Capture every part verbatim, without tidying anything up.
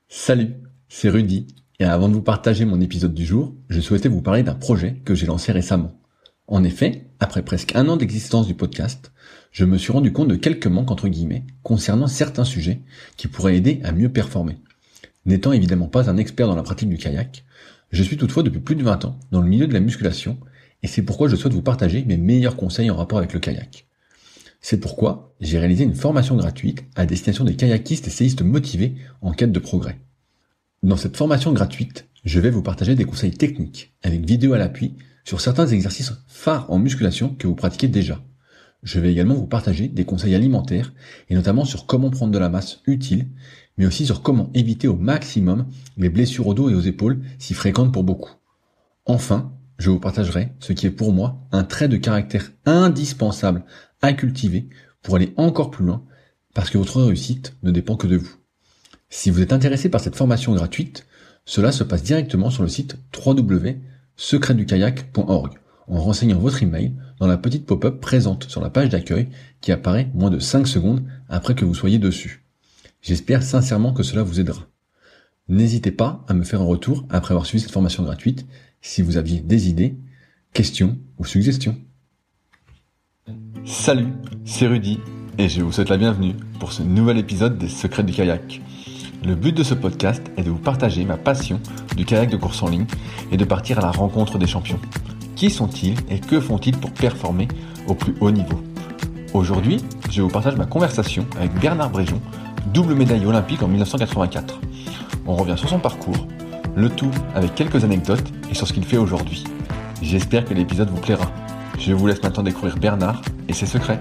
Salut, c'est Rudy, et avant de vous partager mon épisode du jour, je souhaitais vous parler d'un projet que j'ai lancé récemment. En effet, après presque un an d'existence du podcast, je me suis rendu compte de quelques manques entre guillemets concernant certains sujets qui pourraient aider à mieux performer. N'étant évidemment pas un expert dans la pratique du kayak, je suis toutefois depuis plus de vingt ans dans le milieu de la musculation, et c'est pourquoi je souhaite vous partager mes meilleurs conseils en rapport avec le kayak. C'est pourquoi j'ai réalisé une formation gratuite à destination des kayakistes et séistes motivés en quête de progrès. Dans cette formation gratuite, je vais vous partager des conseils techniques, avec vidéo à l'appui, sur certains exercices phares en musculation que vous pratiquez déjà. Je vais également vous partager des conseils alimentaires, et notamment sur comment prendre de la masse utile, mais aussi sur comment éviter au maximum les blessures au dos et aux épaules si fréquentes pour beaucoup. Enfin, je vous partagerai ce qui est pour moi un trait de caractère indispensable à cultiver pour aller encore plus loin, parce que votre réussite ne dépend que de vous. Si vous êtes intéressé par cette formation gratuite, cela se passe directement sur le site w w w point secret du kayak point org en renseignant votre email dans la petite pop-up présente sur la page d'accueil qui apparaît moins de cinq secondes après que vous soyez dessus. J'espère sincèrement que cela vous aidera. N'hésitez pas à me faire un retour après avoir suivi cette formation gratuite si vous aviez des idées, questions ou suggestions. Salut, c'est Rudy et je vous souhaite la bienvenue pour ce nouvel épisode des Secrets du kayak. Le but de ce podcast est de vous partager ma passion du kayak de course en ligne et de partir à la rencontre des champions. Qui sont-ils et que font-ils pour performer au plus haut niveau ? Aujourd'hui, je vous partage ma conversation avec Bernard Bréjon, double médaillé olympique en dix-neuf cent quatre-vingt-quatre. On revient sur son parcours, le tout avec quelques anecdotes et sur ce qu'il fait aujourd'hui. J'espère que l'épisode vous plaira. Je vous laisse maintenant découvrir Bernard et ses secrets.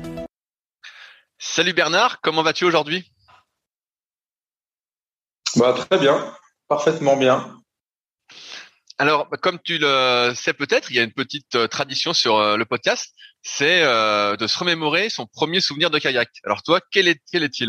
Salut Bernard, comment vas-tu aujourd'hui ? Bah, très bien, parfaitement bien. Alors, comme tu le sais peut-être, il y a une petite euh, tradition sur euh, le podcast, c'est euh, de se remémorer son premier souvenir de kayak. Alors toi, quel est, quel est-il ?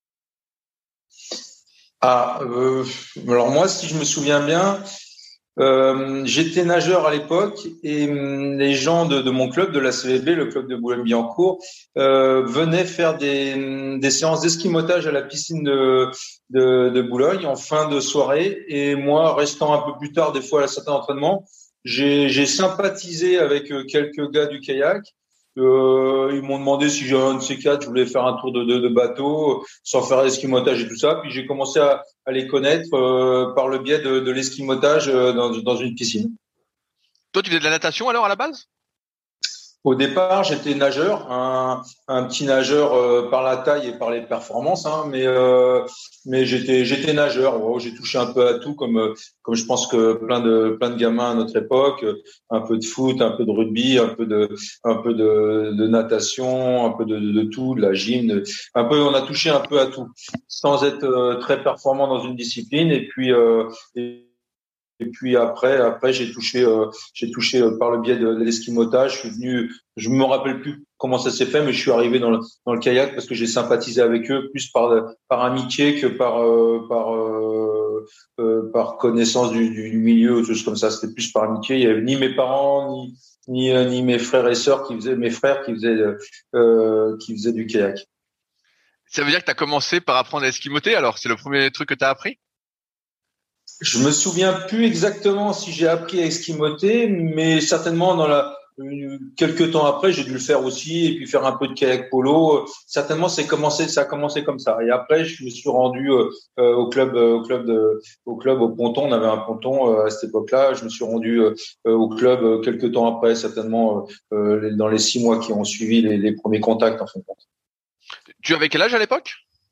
Ah, euh, alors moi, si je me souviens bien, euh, j'étais nageur à l'époque et hum, les gens de, de mon club, de la C V B, le club de Boulogne-Billancourt, euh, venaient faire des, hum, des séances d'esquimotage à la piscine de, de, de Boulogne en fin de soirée. Et moi, restant un peu plus tard, des fois à certains entraînements, j'ai, j'ai sympathisé avec euh, quelques gars du kayak. Euh, ils m'ont demandé si j'ai un de ces quatre, je voulais faire un tour de, de, de bateau sans faire l'esquimotage et tout ça. Puis j'ai commencé à, à les connaître euh, par le biais de, de l'esquimotage euh, dans, dans une piscine. Toi, tu faisais de la natation alors à la base ? Au départ, j'étais nageur, un, un petit nageur euh, par la taille et par les performances, hein, mais euh, mais j'étais j'étais nageur. Oh, j'ai touché un peu à tout, comme euh, comme je pense que plein de plein de gamins à notre époque, un peu de foot, un peu de rugby, un peu de un peu de, de natation, un peu de, de, de tout, de la gym, de, un peu. On a touché un peu à tout, sans être euh, très performant dans une discipline. Et puis euh, et, Et puis après, après j'ai touché, euh, j'ai touché euh, par le biais de, de l'esquimotage. Je suis venu, je me rappelle plus comment ça s'est fait, mais je suis arrivé dans le, dans le kayak parce que j'ai sympathisé avec eux plus par par amitié que par euh, par euh, euh, par connaissance du, du milieu ou choses comme ça. C'était plus par amitié. Il y avait ni mes parents ni ni euh, ni mes frères et sœurs qui faisaient, mes frères qui faisaient euh, qui faisaient du kayak. Ça veut dire que tu as commencé par apprendre à esquimoter, alors c'est le premier truc que tu as appris ? Je me souviens plus exactement si j'ai appris à esquimoter, mais certainement dans la quelques temps après, j'ai dû le faire aussi et puis faire un peu de kayak polo. Certainement, c'est commencé, ça a commencé comme ça. Et après, je me suis rendu euh, au club, euh, au club de, au club au ponton. On avait un ponton euh, à cette époque-là. Je me suis rendu euh, au club euh, quelques temps après, certainement euh, dans les six mois qui ont suivi les, les premiers contacts en fin de compte. Tu avais quel âge à l'époque ?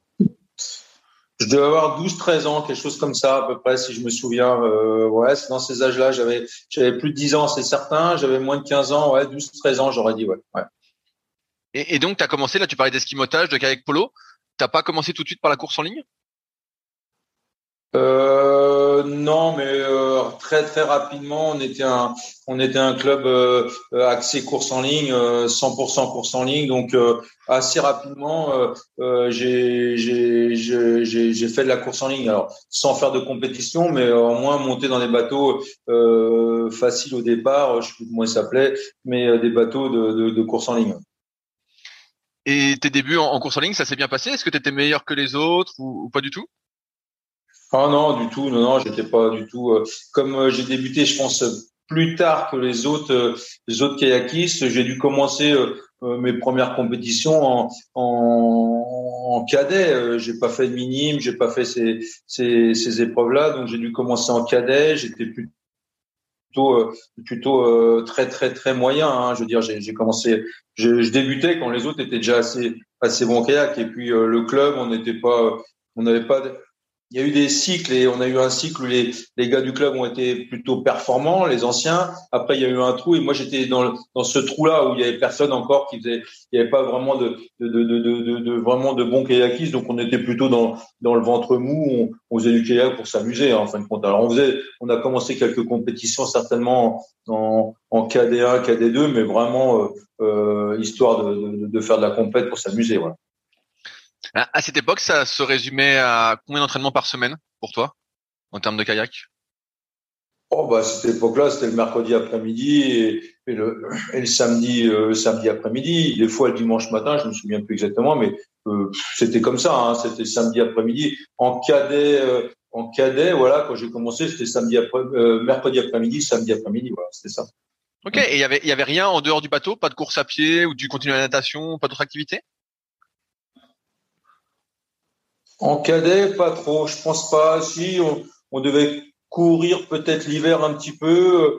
Je devais avoir douze treize ans, quelque chose comme ça à peu près, si je me souviens. Euh, ouais, c'est dans ces âges-là. J'avais, j'avais plus de dix ans, c'est certain. J'avais moins de quinze ans, ouais, douze treize ans, j'aurais dit, ouais. ouais. Et, et donc, tu as commencé, là, tu parlais d'esquimotage, de kayak polo. T'as pas commencé tout de suite par la course en ligne ? Euh, non, mais euh, très très rapidement, on était un on était un club euh, axé course en ligne, euh, cent pour cent course en ligne, donc euh, assez rapidement, euh, euh, j'ai j'ai j'ai j'ai j'ai fait de la course en ligne. Alors sans faire de compétition, mais euh, au moins monter dans des bateaux euh, faciles au départ, je sais plus comment ils s'appelaient, mais euh, des bateaux de, de de course en ligne. Et tes débuts en, en course en ligne, ça s'est bien passé ? Est-ce que tu étais meilleur que les autres ou, ou pas du tout ? Ah non, du tout. Non, non, j'étais pas du tout. Euh, comme euh, j'ai débuté, je pense plus tard que les autres, euh, les autres kayakistes, j'ai dû commencer euh, euh, mes premières compétitions en, en, en cadet. Euh, j'ai pas fait de minime, j'ai pas fait ces, ces, ces épreuves-là, donc j'ai dû commencer en cadet. J'étais plutôt euh, plutôt euh, très très très moyen. Hein. Je veux dire, j'ai, j'ai commencé, je, je débutais quand les autres étaient déjà assez assez bons en kayak. Et puis euh, le club, on n'était pas, on n'avait pas. De, il y a eu des cycles et on a eu un cycle où les, les gars du club ont été plutôt performants, les anciens. Après, il y a eu un trou et moi, j'étais dans, le, dans ce trou-là où il y avait personne encore qui faisait, il y avait pas vraiment de, de, de, de, de, de vraiment de bons kayakistes. Donc, on était plutôt dans, dans le ventre mou. On, on faisait du kayak pour s'amuser, hein, en fin de compte. Alors, on faisait, on a commencé quelques compétitions certainement en, en K D un, K D deux, mais vraiment, euh, euh, histoire de, de, de faire de la compète pour s'amuser, voilà. À cette époque, ça se résumait à combien d'entraînements par semaine pour toi, en termes de kayak? Oh bah à cette époque-là, c'était le mercredi après-midi et, et, le, et le samedi, euh, samedi après-midi. Des fois le dimanche matin, je me souviens plus exactement, mais euh, c'était comme ça. Hein, c'était samedi après-midi. En cadet, euh, en cadet, voilà, quand j'ai commencé, c'était samedi après, euh, mercredi après-midi, samedi après-midi. Voilà, c'était ça. Ok. Et il y avait, il y avait rien en dehors du bateau, pas de course à pied ou tu continues la natation, pas d'autres activités? En cadet, pas trop. Je pense pas. Si on, on devait courir peut-être l'hiver un petit peu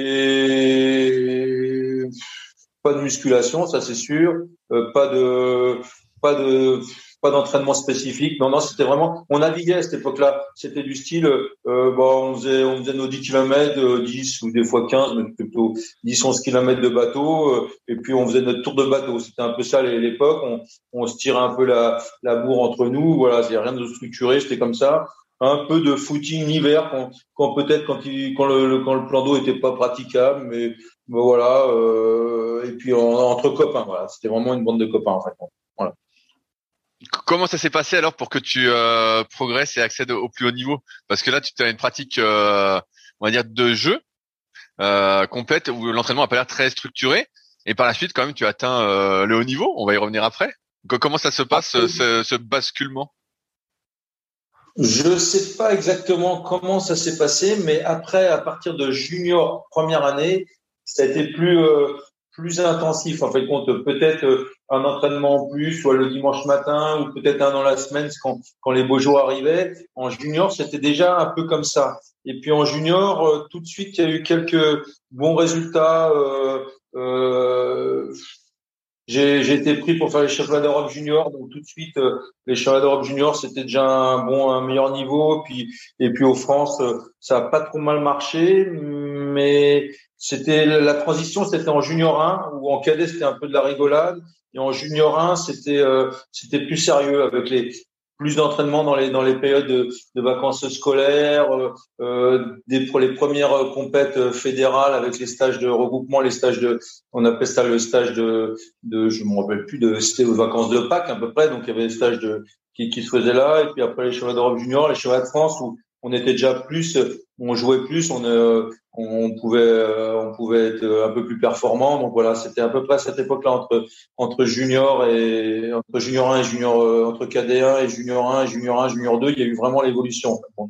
et pas de musculation, ça c'est sûr. Euh, pas de, pas de, pas d'entraînement spécifique. Non, non, c'était vraiment. On naviguait à cette époque-là. C'était du style. Euh, bon, on faisait, on faisait nos dix kilomètres, euh, dix ou des fois quinze, mais plutôt dix, onze kilomètres de bateau. Euh, et puis on faisait notre tour de bateau. C'était un peu ça l'époque. On, on se tirait un peu la, la bourre entre nous. Voilà, il n'y a rien de structuré. C'était comme ça. Un peu de footing l'hiver quand, quand peut-être quand il, quand le, le quand le plan d'eau était pas praticable, mais ben voilà, euh, et puis en, entre copains, voilà, c'était vraiment une bande de copains en fait. Voilà. Comment ça s'est passé alors pour que tu euh, progresses et accèdes au, au plus haut niveau? Parce que là, tu as une pratique, euh, on va dire, de jeu euh, complète où l'entraînement a pas l'air très structuré, et par la suite, quand même, tu atteins euh, le haut niveau. On va y revenir après. Comment ça se passe, ce, ce, ce basculement? Je sais pas exactement comment ça s'est passé, mais après, à partir de junior première année, ça a été plus euh, plus intensif. En fait, compte peut-être euh, un entraînement en plus, soit le dimanche matin, ou peut-être un dans la semaine quand quand les beaux jours arrivaient. En junior, c'était déjà un peu comme ça. Et puis en junior, euh, tout de suite, il y a eu quelques bons résultats. Euh, euh, J'ai, j'ai été pris pour faire les championnats d'Europe junior, donc tout de suite euh, les championnats d'Europe junior c'était déjà un bon, un meilleur niveau. Puis et puis aux France euh, ça a pas trop mal marché, mais c'était la transition, c'était en junior un où en cadet c'était un peu de la rigolade et en junior un c'était euh, c'était plus sérieux avec les plus d'entraînement dans les dans les périodes de, de vacances scolaires, euh, euh, des pour les premières compètes fédérales avec les stages de regroupement, les stages de on appelle ça le stage de de je me rappelle plus de c'était aux vacances de Pâques à peu près, donc il y avait des stages de qui, qui se faisaient là et puis après les championnats d'Europe junior, les championnats de France où on était déjà plus, on jouait plus, on euh, on pouvait euh, on pouvait être un peu plus performant. Donc voilà, c'était à peu près à cette époque-là entre entre junior et entre junior un et junior euh, entre K D un et junior un et junior un junior deux, il y a eu vraiment l'évolution en fait.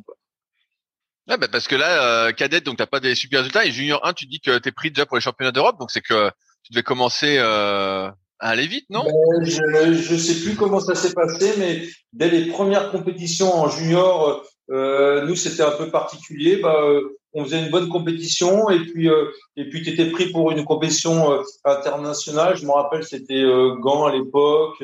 Ouais, bah parce que là, euh, cadet, donc t'as pas des super résultats, et junior un, tu te dis que t'es pris déjà pour les championnats d'Europe, donc c'est que tu devais commencer euh, à aller vite, non? Ben, je je sais plus comment ça s'est passé, mais dès les premières compétitions en junior, euh, nous c'était un peu particulier. Bah, euh, on faisait une bonne compétition et puis euh, et puis t'étais pris pour une compétition euh, internationale. Je me rappelle, c'était euh, Gand à l'époque.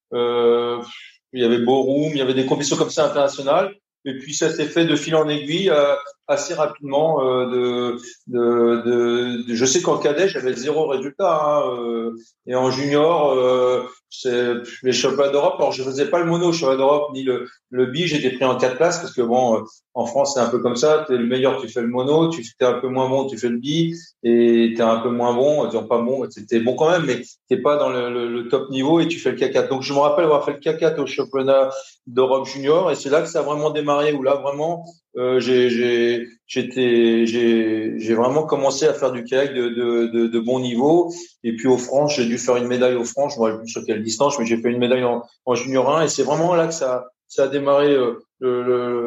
Euh, il y avait Borum, il y avait des compétitions comme ça internationales. Et puis ça s'est fait de fil en aiguille euh, assez rapidement. Euh, de, de, de, de, je sais qu'en cadet j'avais zéro résultat. Hein, euh, et en junior, euh, c'est les championnats d'Europe. Alors je faisais pas le mono championnat d'Europe ni le le bi. J'étais pris en quatre places parce que bon, euh, en France c'est un peu comme ça. T'es le meilleur, tu fais le mono. Tu t'es un peu moins bon, tu fais le bi. Et t'es un peu moins bon, disons pas bon. T'es bon quand même, mais t'es pas dans le, le, le top niveau et tu fais le K quatre. Donc je me rappelle avoir fait le K quatre au championnat d'Europe junior et c'est là que ça a vraiment démarré. Où là vraiment, euh, j'ai j'ai j'étais j'ai j'ai vraiment commencé à faire du kayak de de de, de bon niveau. Et puis aux France, j'ai dû faire une médaille aux France, je ne me rappelle plus sur quelle distance, mais j'ai fait une médaille en, en junior un et c'est vraiment là que ça, ça a démarré euh, le, le, le,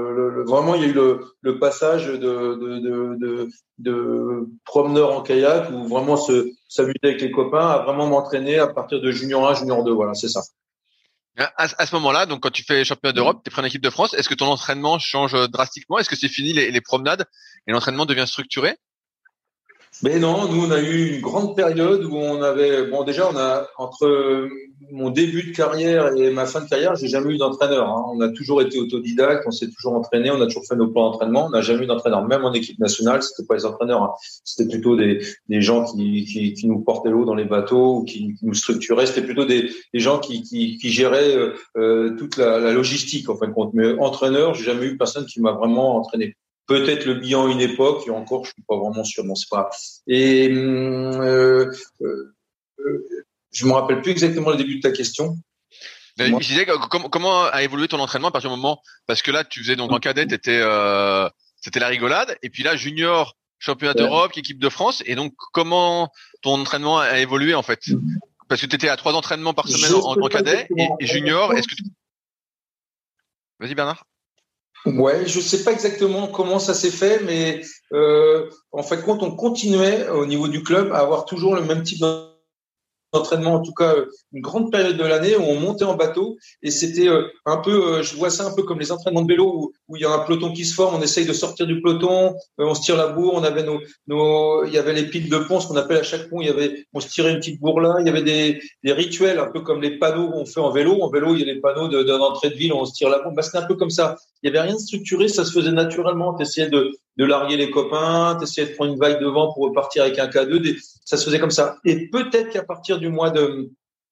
vraiment, il y a eu le, le passage de, de, de, de, de promeneur en kayak où vraiment se, s'amuser avec les copains à vraiment m'entraîner à partir de junior un, junior deux. Voilà, c'est ça. À, à ce moment-là, donc quand tu fais championnat d'Europe, tu es pris en équipe de France, est-ce que ton entraînement change drastiquement? Est-ce que c'est fini les, les promenades et l'entraînement devient structuré? Mais non, nous on a eu une grande période où on avait, bon déjà on a entre mon début de carrière et ma fin de carrière, j'ai jamais eu d'entraîneur. Hein. On a toujours été autodidacte, on s'est toujours entraîné, on a toujours fait nos plans d'entraînement. On n'a jamais eu d'entraîneur, même en équipe nationale, c'était pas les entraîneurs, hein. C'était plutôt des, des gens qui, qui, qui nous portaient l'eau dans les bateaux ou qui, qui nous structuraient. C'était plutôt des, des gens qui, qui, qui géraient euh, toute la, la logistique en fin de compte. Mais entraîneur, j'ai jamais eu personne qui m'a vraiment entraîné. Peut-être le bilan une époque, et encore, je suis pas vraiment sûr, bon, c'est pas. Et euh, euh, euh, je me rappelle plus exactement le début de ta question. Mais je disais, comment, comment a évolué ton entraînement à partir du moment, parce que là, tu faisais donc en cadet, t'étais, euh, c'était la rigolade, et puis là, junior, championnat ouais. d'Europe, équipe de France, et donc comment ton entraînement a évolué en fait? Parce que tu étais à trois entraînements par semaine en, en cadet et, et junior. Est-ce que tu... Vas-y Bernard. Ouais, je sais pas exactement comment ça s'est fait, mais euh, en fait, quand on continuait au niveau du club à avoir toujours le même type d'entraînement, en tout cas une grande période de l'année où on montait en bateau et c'était euh, un peu, euh, je vois ça un peu comme les entraînements de vélo où, où il y a un peloton qui se forme, on essaye de sortir du peloton, euh, on se tire la bourre, on avait nos, nos, il y avait les piles de pont, ce qu'on appelle à chaque pont, il y avait, on se tirait une petite bourre là, il y avait des, des rituels un peu comme les panneaux qu'on fait en vélo. En vélo, il y a les panneaux de, d'entrée de ville, on se tire la bourre. Bah, c'était un peu comme ça. Il y avait rien de structuré, ça se faisait naturellement. T'essayais de, de larguer les copains, t'essayais de prendre une vague de vent pour repartir avec un K deux. Des, ça se faisait comme ça. Et peut-être qu'à partir du mois de,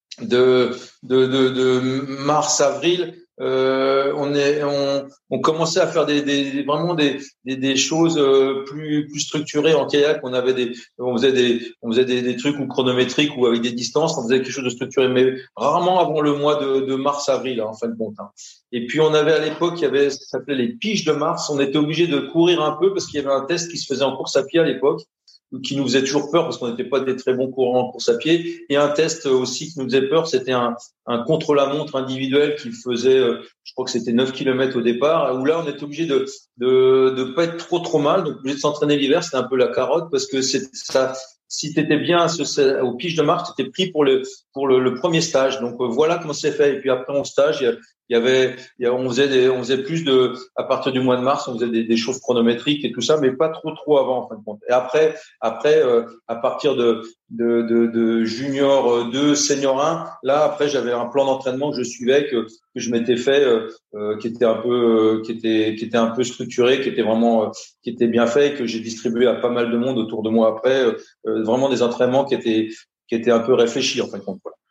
de, de, de, de mars, avril, euh, on est, on, on commençait à faire des, des vraiment des, des, des choses plus, plus structurées en kayak. On avait des, on faisait des, on faisait des, des trucs ou chronométriques ou avec des distances. On faisait quelque chose de structuré, mais rarement avant le mois de, de mars, avril, hein, en fin de compte. Hein. Et puis on avait à l'époque, il y avait, ça s'appelait les piges de mars. On était obligé de courir un peu parce qu'il y avait un test qui se faisait en course à pied à l'époque, qui nous faisait toujours peur parce qu'on n'était pas des très bons coureurs en course à pied. Et un test aussi qui nous faisait peur, c'était un, un contre-la-montre individuel qui faisait, je crois que c'était neuf kilomètres au départ, où là, on était obligé de, de, de pas être trop, trop mal. Donc, obligé de s'entraîner l'hiver, c'était un peu la carotte parce que c'est ça, si t'étais bien ce, au pige de mars, t'étais pris pour le, pour le, le premier stage. Donc, euh, voilà comment c'est fait. Et puis après, en stage, il y a, il y avait, il y a, on faisait des, on faisait plus de, à partir du mois de mars, on faisait des, des choses chronométriques et tout ça, mais pas trop, trop avant, en fin de compte. Et après, après, euh, à partir de, de, de, de junior deux, senior un, là, après, j'avais un plan d'entraînement que je suivais, que, que je m'étais fait, euh, euh, qui était un peu, euh, qui était, qui était un peu structuré, qui était vraiment, euh, qui était bien fait, et que j'ai distribué à pas mal de monde autour de moi après, euh, vraiment des entraînements qui étaient, qui étaient un peu réfléchis, en fin de compte, voilà.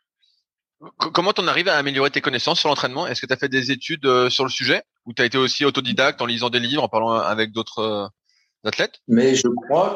Comment t'en arrives à améliorer tes connaissances sur l'entraînement? Est-ce que tu as fait des études euh, sur le sujet ou tu as été aussi autodidacte en lisant des livres, en parlant avec d'autres euh, athlètes? Mais je crois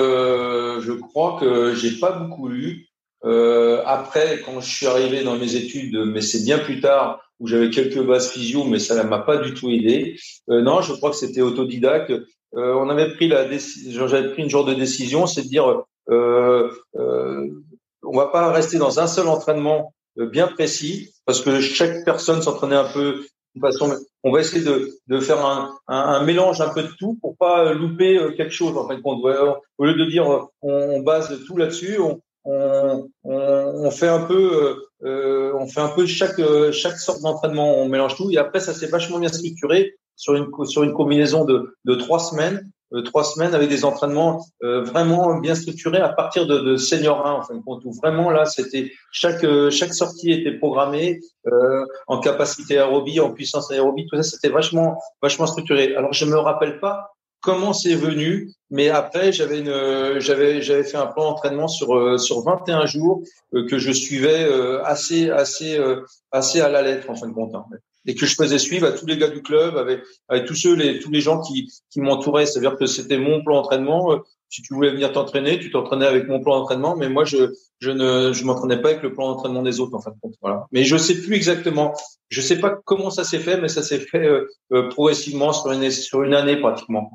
que je crois que j'ai pas beaucoup lu. Euh, après, quand je suis arrivé dans mes études, mais c'est bien plus tard où j'avais quelques bases physio, mais ça ne m'a pas du tout aidé. Euh, non, je crois que c'était autodidacte. Euh, on avait pris la décision, j'avais pris une genre de décision, c'est de dire euh, euh, on va pas rester dans un seul entraînement bien précis, parce que chaque personne s'entraînait un peu de façon. On va essayer de, de faire un, un, un mélange un peu de tout pour pas louper quelque chose. En fait, au lieu de dire on, on base tout là-dessus, on, on, on, on fait un peu, euh, on fait un peu chaque chaque sorte d'entraînement. On mélange tout et après ça s'est vachement bien structuré sur une sur une combinaison de de trois semaines. Euh, trois semaines avec des entraînements euh, vraiment bien structurés à partir de, de senior un en fin de compte, où vraiment là c'était chaque euh, chaque sortie était programmée euh, en capacité aérobie, en puissance aérobie, tout ça c'était vachement vachement structuré. Alors je me rappelle pas comment c'est venu, mais après j'avais une j'avais j'avais fait un plan d'entraînement sur euh, sur vingt et un jours euh, que je suivais euh, assez assez euh, assez à la lettre en fin de compte. Hein. Et que je faisais suivre à tous les gars du club, avec, avec tous ceux, les, tous les gens qui, qui m'entouraient. C'est-à-dire que c'était mon plan d'entraînement. Si tu voulais venir t'entraîner, tu t'entraînais avec mon plan d'entraînement, mais moi, je, je ne, je m'entraînais pas avec le plan d'entraînement des autres, en fin de compte. Voilà. Mais je sais plus exactement. Je sais pas comment ça s'est fait, mais ça s'est fait euh, euh, progressivement sur une, sur une année pratiquement.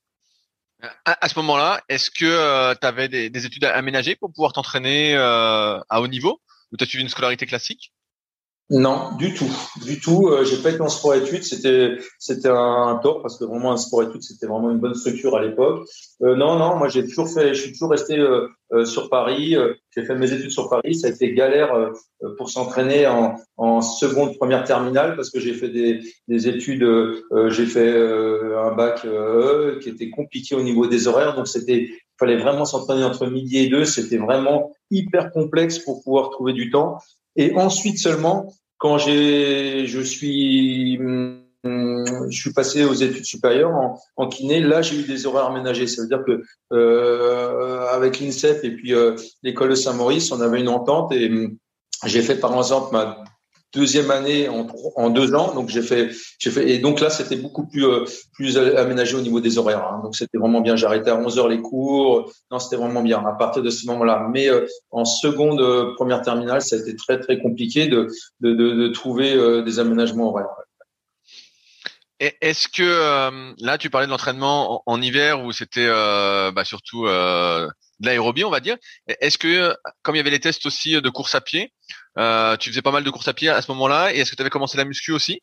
Ouais. À, à ce moment-là, est-ce que euh, tu avais des, des études aménagées pour pouvoir t'entraîner euh, à haut niveau, ou tu as suivi une scolarité classique? Non, du tout, du tout. Euh, j'ai pas été en sport-études. C'était, c'était un, un tort parce que vraiment un sport-études, c'était vraiment une bonne structure à l'époque. Euh, non, non, moi j'ai toujours fait, je suis toujours resté euh, euh, sur Paris. Euh, j'ai fait mes études sur Paris. Ça a été galère euh, pour s'entraîner en, en seconde, première terminale parce que j'ai fait des, des études. Euh, j'ai fait euh, un bac euh, qui était compliqué au niveau des horaires, donc c'était, fallait vraiment s'entraîner entre midi et deux. C'était vraiment hyper complexe pour pouvoir trouver du temps. Et ensuite seulement, quand j'ai, je suis, hum, je suis passé aux études supérieures en, en kiné, là j'ai eu des horaires aménagés. Ça veut dire que euh, avec l'INSEP et puis euh, l'école de Saint-Maurice, on avait une entente et hum, j'ai fait par exemple ma deuxième année en, en deux ans. Donc j'ai fait, j'ai fait, et donc là c'était beaucoup plus euh, plus aménagé au niveau des horaires. Hein. Donc c'était vraiment bien. J'arrêtais à onze heures les cours. Non, c'était vraiment bien à partir de ce moment-là. Mais euh, en seconde, euh, première terminale, ça a été très très compliqué de de de, de trouver euh, des aménagements horaires. Et est-ce que euh, là, tu parlais de l'entraînement en, en hiver où c'était euh, bah, surtout euh, de l'aérobie, on va dire. Est-ce que, comme il y avait les tests aussi de course à pied, euh, tu faisais pas mal de course à pied à ce moment-là, et est-ce que tu avais commencé la muscu aussi?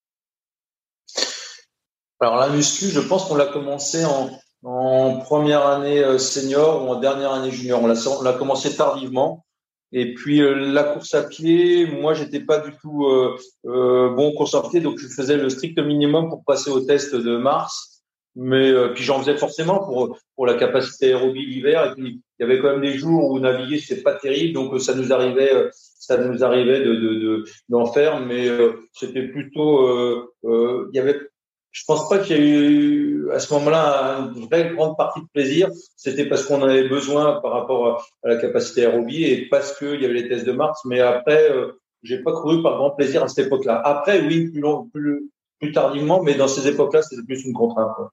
Alors la muscu, je pense qu'on l'a commencé en en première année euh, senior ou en dernière année junior. On l'a on l'a commencé tardivement. Et puis euh, la course à pied, moi j'étais pas du tout euh, euh, bon en course à pied, donc je faisais le strict minimum pour passer au test de mars. Mais euh, puis j'en faisais forcément pour pour la capacité aérobie l'hiver. Et puis il y avait quand même des jours où naviguer c'était pas terrible, donc ça nous arrivait euh, ça nous arrivait de de de- d'en faire, mais euh, c'était plutôt euh, euh, il y avait je pense pas qu'il y a eu à ce moment-là une vraie grande partie de plaisir. C'était parce qu'on en avait besoin par rapport à la capacité aérobie et parce qu'il y avait les tests de mars. Mais après, euh, j'ai pas couru par grand plaisir à cette époque-là. Après, oui, plus long, plus, plus tardivement, mais dans ces époques-là, c'était plus une contrainte, quoi.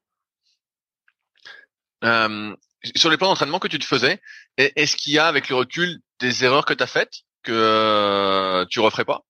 Euh, sur les plans d'entraînement que tu te faisais, est- est-ce qu'il y a, avec le recul, des erreurs que tu as faites que euh, tu referais pas?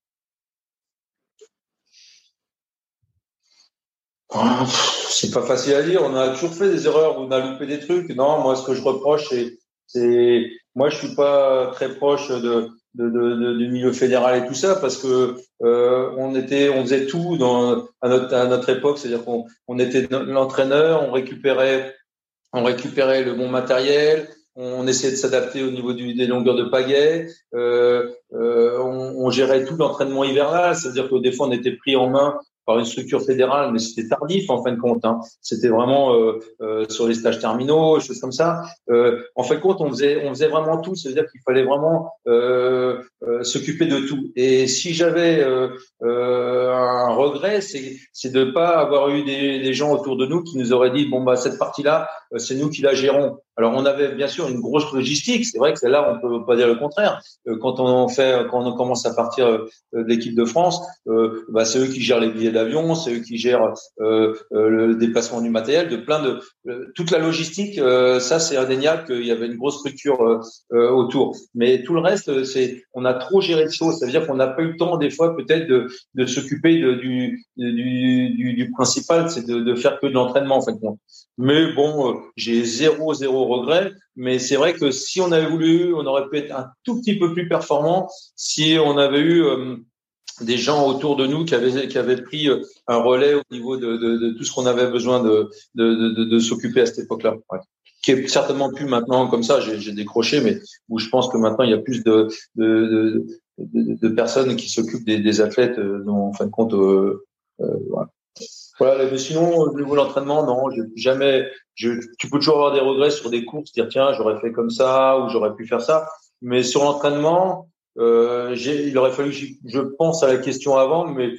Ah, c'est pas facile à dire. On a toujours fait des erreurs, on a loupé des trucs. Non, moi, ce que je reproche, c'est, c'est, moi, je suis pas très proche de, de, de, de- du milieu fédéral et tout ça parce que euh, on était, on faisait tout dans à notre à notre époque, c'est-à-dire qu'on on était l'entraîneur, on récupérait on récupérait le bon matériel, on essayait de s'adapter au niveau du, des longueurs de pagaie, euh, euh, on, on gérait tout l'entraînement hivernal, c'est-à-dire que des fois on était pris en main par une structure fédérale, mais c'était tardif en fin de compte. Hein. C'était vraiment euh, euh, sur les stages terminaux, choses comme ça. Euh, en fin de compte, on faisait, on faisait vraiment tout. C'est-à-dire qu'il fallait vraiment euh, euh, s'occuper de tout. Et si j'avais euh, euh, un regret, c'est, c'est de pas avoir eu des, des gens autour de nous qui nous auraient dit bon bah cette partie-là, c'est nous qui la gérons. Alors on avait bien sûr une grosse logistique. C'est vrai que celle-là, on peut pas dire le contraire. Quand on fait, quand on commence à partir de l'équipe de France, euh, bah, c'est eux qui gèrent les billets d'avion, c'est eux qui gèrent euh, euh, le déplacement du matériel, de plein de euh, toute la logistique. Euh, ça, c'est indéniable qu'il y avait une grosse structure euh, euh, autour. Mais tout le reste, c'est on a trop géré de choses. Ça veut dire qu'on n'a pas eu le temps des fois peut-être de, de s'occuper de, du, du, du, du principal, c'est de, de faire que de l'entraînement en fait. Mais bon, euh, j'ai zéro zéro regret. Mais c'est vrai que si on avait voulu, on aurait pu être un tout petit peu plus performant si on avait eu euh, des gens autour de nous qui avaient qui avaient pris un relais au niveau de, de, de tout ce qu'on avait besoin de de, de, de, de s'occuper à cette époque-là. Ouais. Qui est certainement plus maintenant comme ça. J'ai, j'ai décroché, mais où je pense que maintenant il y a plus de de, de, de, de personnes qui s'occupent des, des athlètes, euh, dont, en fin de compte. Euh, euh, voilà. Voilà, mais sinon, au niveau de l'entraînement, non, j'ai jamais. Je, tu peux toujours avoir des regrets sur des courses, dire tiens, j'aurais fait comme ça ou j'aurais pu faire ça. Mais sur l'entraînement, euh, j'ai, il aurait fallu, que je, je pense à la question avant, mais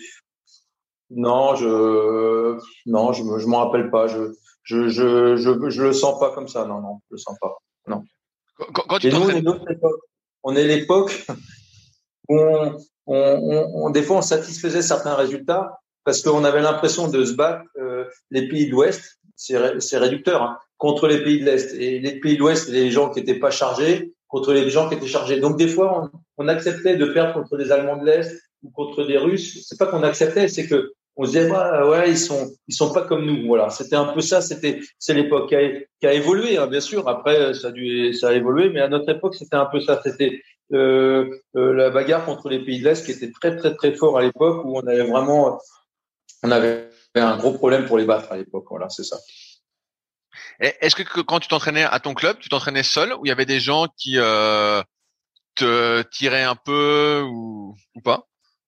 non, je, non, je, me- je m'en rappelle pas. Je, je, je, je, je le sens pas comme ça. Non, non, je le sens pas. Non. Quand, quand tu Et nous, on t'entraînes, est d'autres époque. On est l'époque où on, on, on, on- des fois, on satisfaisait certains résultats parce qu'on avait l'impression de se battre. Euh, les pays de l'Ouest, c'est, ré- c'est réducteur, hein, contre les pays de l'Est. Et les pays de l'Ouest, c'est les gens qui étaient pas chargés contre les gens qui étaient chargés. Donc des fois, on, on acceptait de perdre contre les Allemands de l'Est ou contre des Russes. C'est pas qu'on acceptait, c'est que on se disait ouais, ouais ils sont ils sont pas comme nous. Voilà, c'était un peu ça. C'était c'est l'époque qui a, qui a évolué, hein, bien sûr. Après ça a dû ça a évolué, mais à notre époque c'était un peu ça. C'était euh, euh, la bagarre contre les pays de l'Est qui était très très très fort à l'époque, où on avait vraiment on avait un gros problème pour les battre à l'époque. Voilà, c'est ça. Et est-ce que, que quand tu t'entraînais à ton club, tu t'entraînais seul ou il y avait des gens qui euh, te tiraient un peu ou, ou pas?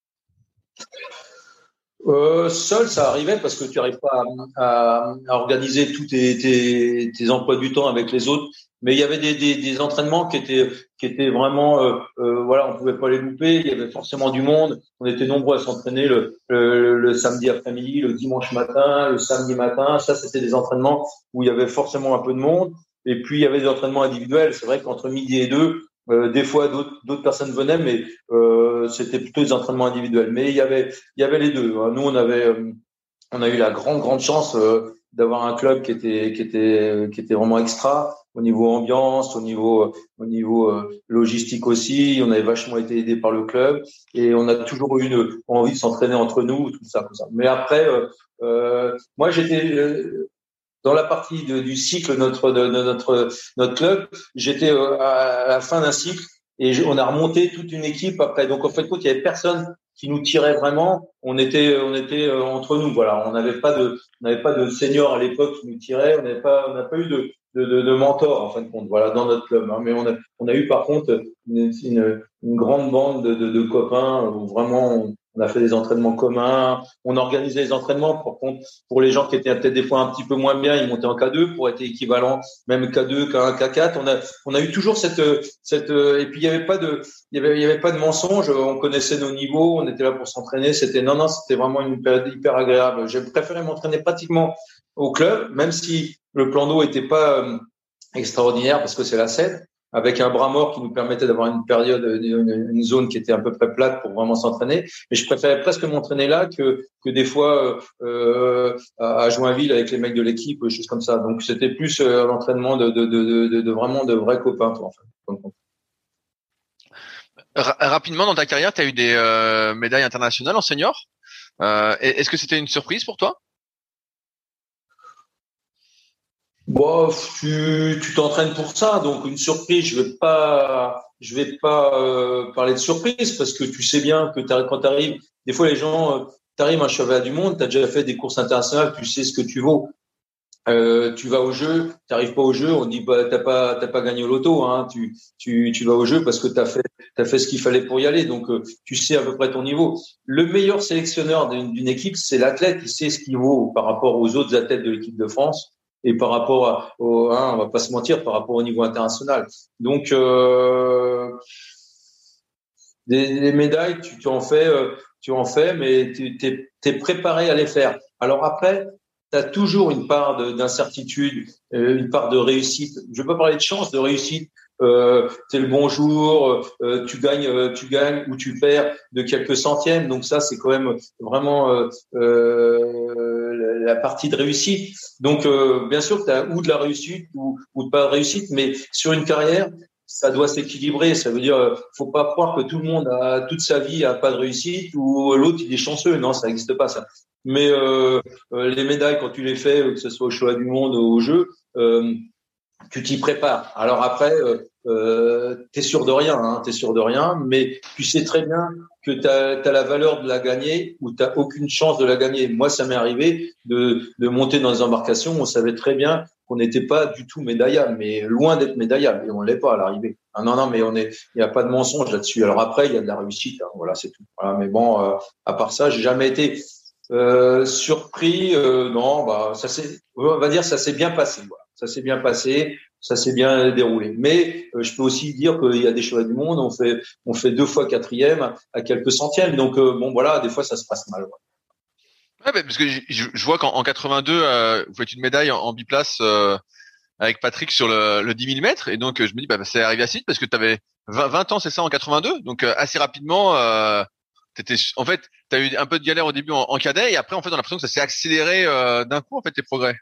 Euh, seul, ça arrivait parce que tu n'arrives pas à, à, à organiser tous tes, tes, tes emplois du temps avec les autres. Mais il y avait des, des, des entraînements qui étaient, qui étaient vraiment, euh, euh, voilà, on pouvait pas les louper. Il y avait forcément du monde. On était nombreux à s'entraîner le, le, le samedi après-midi, le dimanche matin, le samedi matin. Ça, c'était des entraînements où il y avait forcément un peu de monde. Et puis, il y avait des entraînements individuels. C'est vrai qu'entre midi et deux, euh, des fois, d'autres, d'autres personnes venaient, mais euh, c'était plutôt des entraînements individuels. Mais il y avait, il y avait les deux. Nous, on avait, euh, on a eu la grande, grande chance euh, d'avoir un club qui était, qui était, qui était vraiment extra au niveau ambiance, au niveau, au niveau euh, logistique aussi. On avait vachement été aidé par le club et on a toujours eu une envie de s'entraîner entre nous, tout ça, tout ça. Mais après, euh, euh, moi, j'étais euh, dans la partie de, du cycle notre de, de notre notre club, j'étais euh, à la fin d'un cycle et on a remonté toute une équipe après. Donc en fait, il y avait personne qui nous tirait vraiment. On était on était euh, entre nous. Voilà, on n'avait pas de on n'avait pas de senior à l'époque qui nous tirait. On n'avait pas on n'a pas eu de de, de, de mentor en fin de compte. Voilà, dans notre club. Hein. Mais on a on a eu par contre une, une, une grande bande de, de, de copains où vraiment on, on a fait des entraînements communs. On organisait les entraînements. Par contre, pour les gens qui étaient peut-être des fois un petit peu moins bien, ils montaient en K deux pour être équivalent, même K deux, K un, K quatre. On a, on a eu toujours cette, cette, et puis il y avait pas de, il y avait, il y avait pas de mensonge. On connaissait nos niveaux. On était là pour s'entraîner. C'était, non, non, c'était vraiment une période hyper agréable. J'ai préféré m'entraîner pratiquement au club, même si le plan d'eau était pas euh, extraordinaire parce que c'est la Seine, avec un bras mort qui nous permettait d'avoir une période, une, une zone qui était à peu près plate pour vraiment s'entraîner. Mais je préférais presque m'entraîner là que que des fois euh, à Joinville avec les mecs de l'équipe, choses comme ça. Donc c'était plus euh, l'entraînement de, de, de, de, de vraiment de vrais copains, quoi, en fait. R- rapidement dans ta carrière, tu as eu des euh, médailles internationales en senior. Euh, est-ce que c'était une surprise pour toi? Bon, tu tu t'entraînes pour ça, donc une surprise, je vais pas je vais pas euh, parler de surprise parce que tu sais bien que t'arrives, quand tu arrives, des fois les gens euh, tu arrives un cheval du monde, tu as déjà fait des courses internationales, tu sais ce que tu vaux. Euh, tu vas au jeu, tu n'arrives pas au jeu, on dit bah t'as pas t'as pas gagné au loto, hein. Tu tu tu vas au jeu parce que t'as fait t'as fait ce qu'il fallait pour y aller, donc euh, tu sais à peu près ton niveau. Le meilleur sélectionneur d'une, d'une équipe, c'est l'athlète, il sait ce qu'il vaut par rapport aux autres athlètes de l'équipe de France et par rapport à, au, hein, on va pas se mentir, par rapport au niveau international. Donc euh, des, des médailles, tu, tu en fais, euh, tu en fais, mais tu t'es, t'es préparé à les faire. Alors après, tu as toujours une part de, d'incertitude, euh, une part de réussite. Je ne veux pas parler de chance, de réussite. Euh, c'est le bonjour, euh, tu gagnes, euh, tu gagnes ou tu perds de quelques centièmes. Donc ça, c'est quand même vraiment euh, euh, la partie de réussite. Donc euh, bien sûr que tu as ou de la réussite ou, ou de pas de réussite, mais sur une carrière, ça doit s'équilibrer. Ça veut dire, faut pas croire que tout le monde a toute sa vie a pas de réussite ou l'autre il est chanceux. Non, ça n'existe pas ça. Mais euh, les médailles, quand tu les fais, que ce soit au choix du monde ou au jeu, euh, tu t'y prépares. Alors après, euh, euh, t'es sûr de rien, hein, t'es sûr de rien, mais tu sais très bien que t'as, t'as la valeur de la gagner ou t'as aucune chance de la gagner. Moi, ça m'est arrivé de, de monter dans les embarcations. On savait très bien qu'on n'était pas du tout médaillable, mais loin d'être médaillable, et on l'est pas à l'arrivée. Ah non, non, mais on est, il n'y a pas de mensonge là-dessus. Alors après, il y a de la réussite, hein, voilà, c'est tout. Voilà, mais bon, euh, à part ça, j'ai jamais été euh, surpris. Euh, non, bah ça s'est, on va dire, ça s'est bien passé. Voilà. Ça s'est bien passé, ça s'est bien déroulé. Mais euh, je peux aussi dire qu'il y a des chevaliers du monde, on fait, on fait deux fois quatrième à quelques centièmes. Donc euh, bon, voilà, des fois ça se passe mal. Ouais. Ouais, bah, parce que je, je vois qu'en en quatre-vingt-deux, euh, vous faites une médaille en, en biplace euh, avec Patrick sur le, le dix mille mètres, et donc je me dis bah, bah c'est arrivé assez vite parce que tu avais vingt ans, c'est ça, en quatre-vingt-deux, donc euh, assez rapidement. Euh, t'étais, en fait, t'as eu un peu de galère au début en, en cadet, et après en fait on a l'impression que ça s'est accéléré euh, d'un coup en fait tes progrès.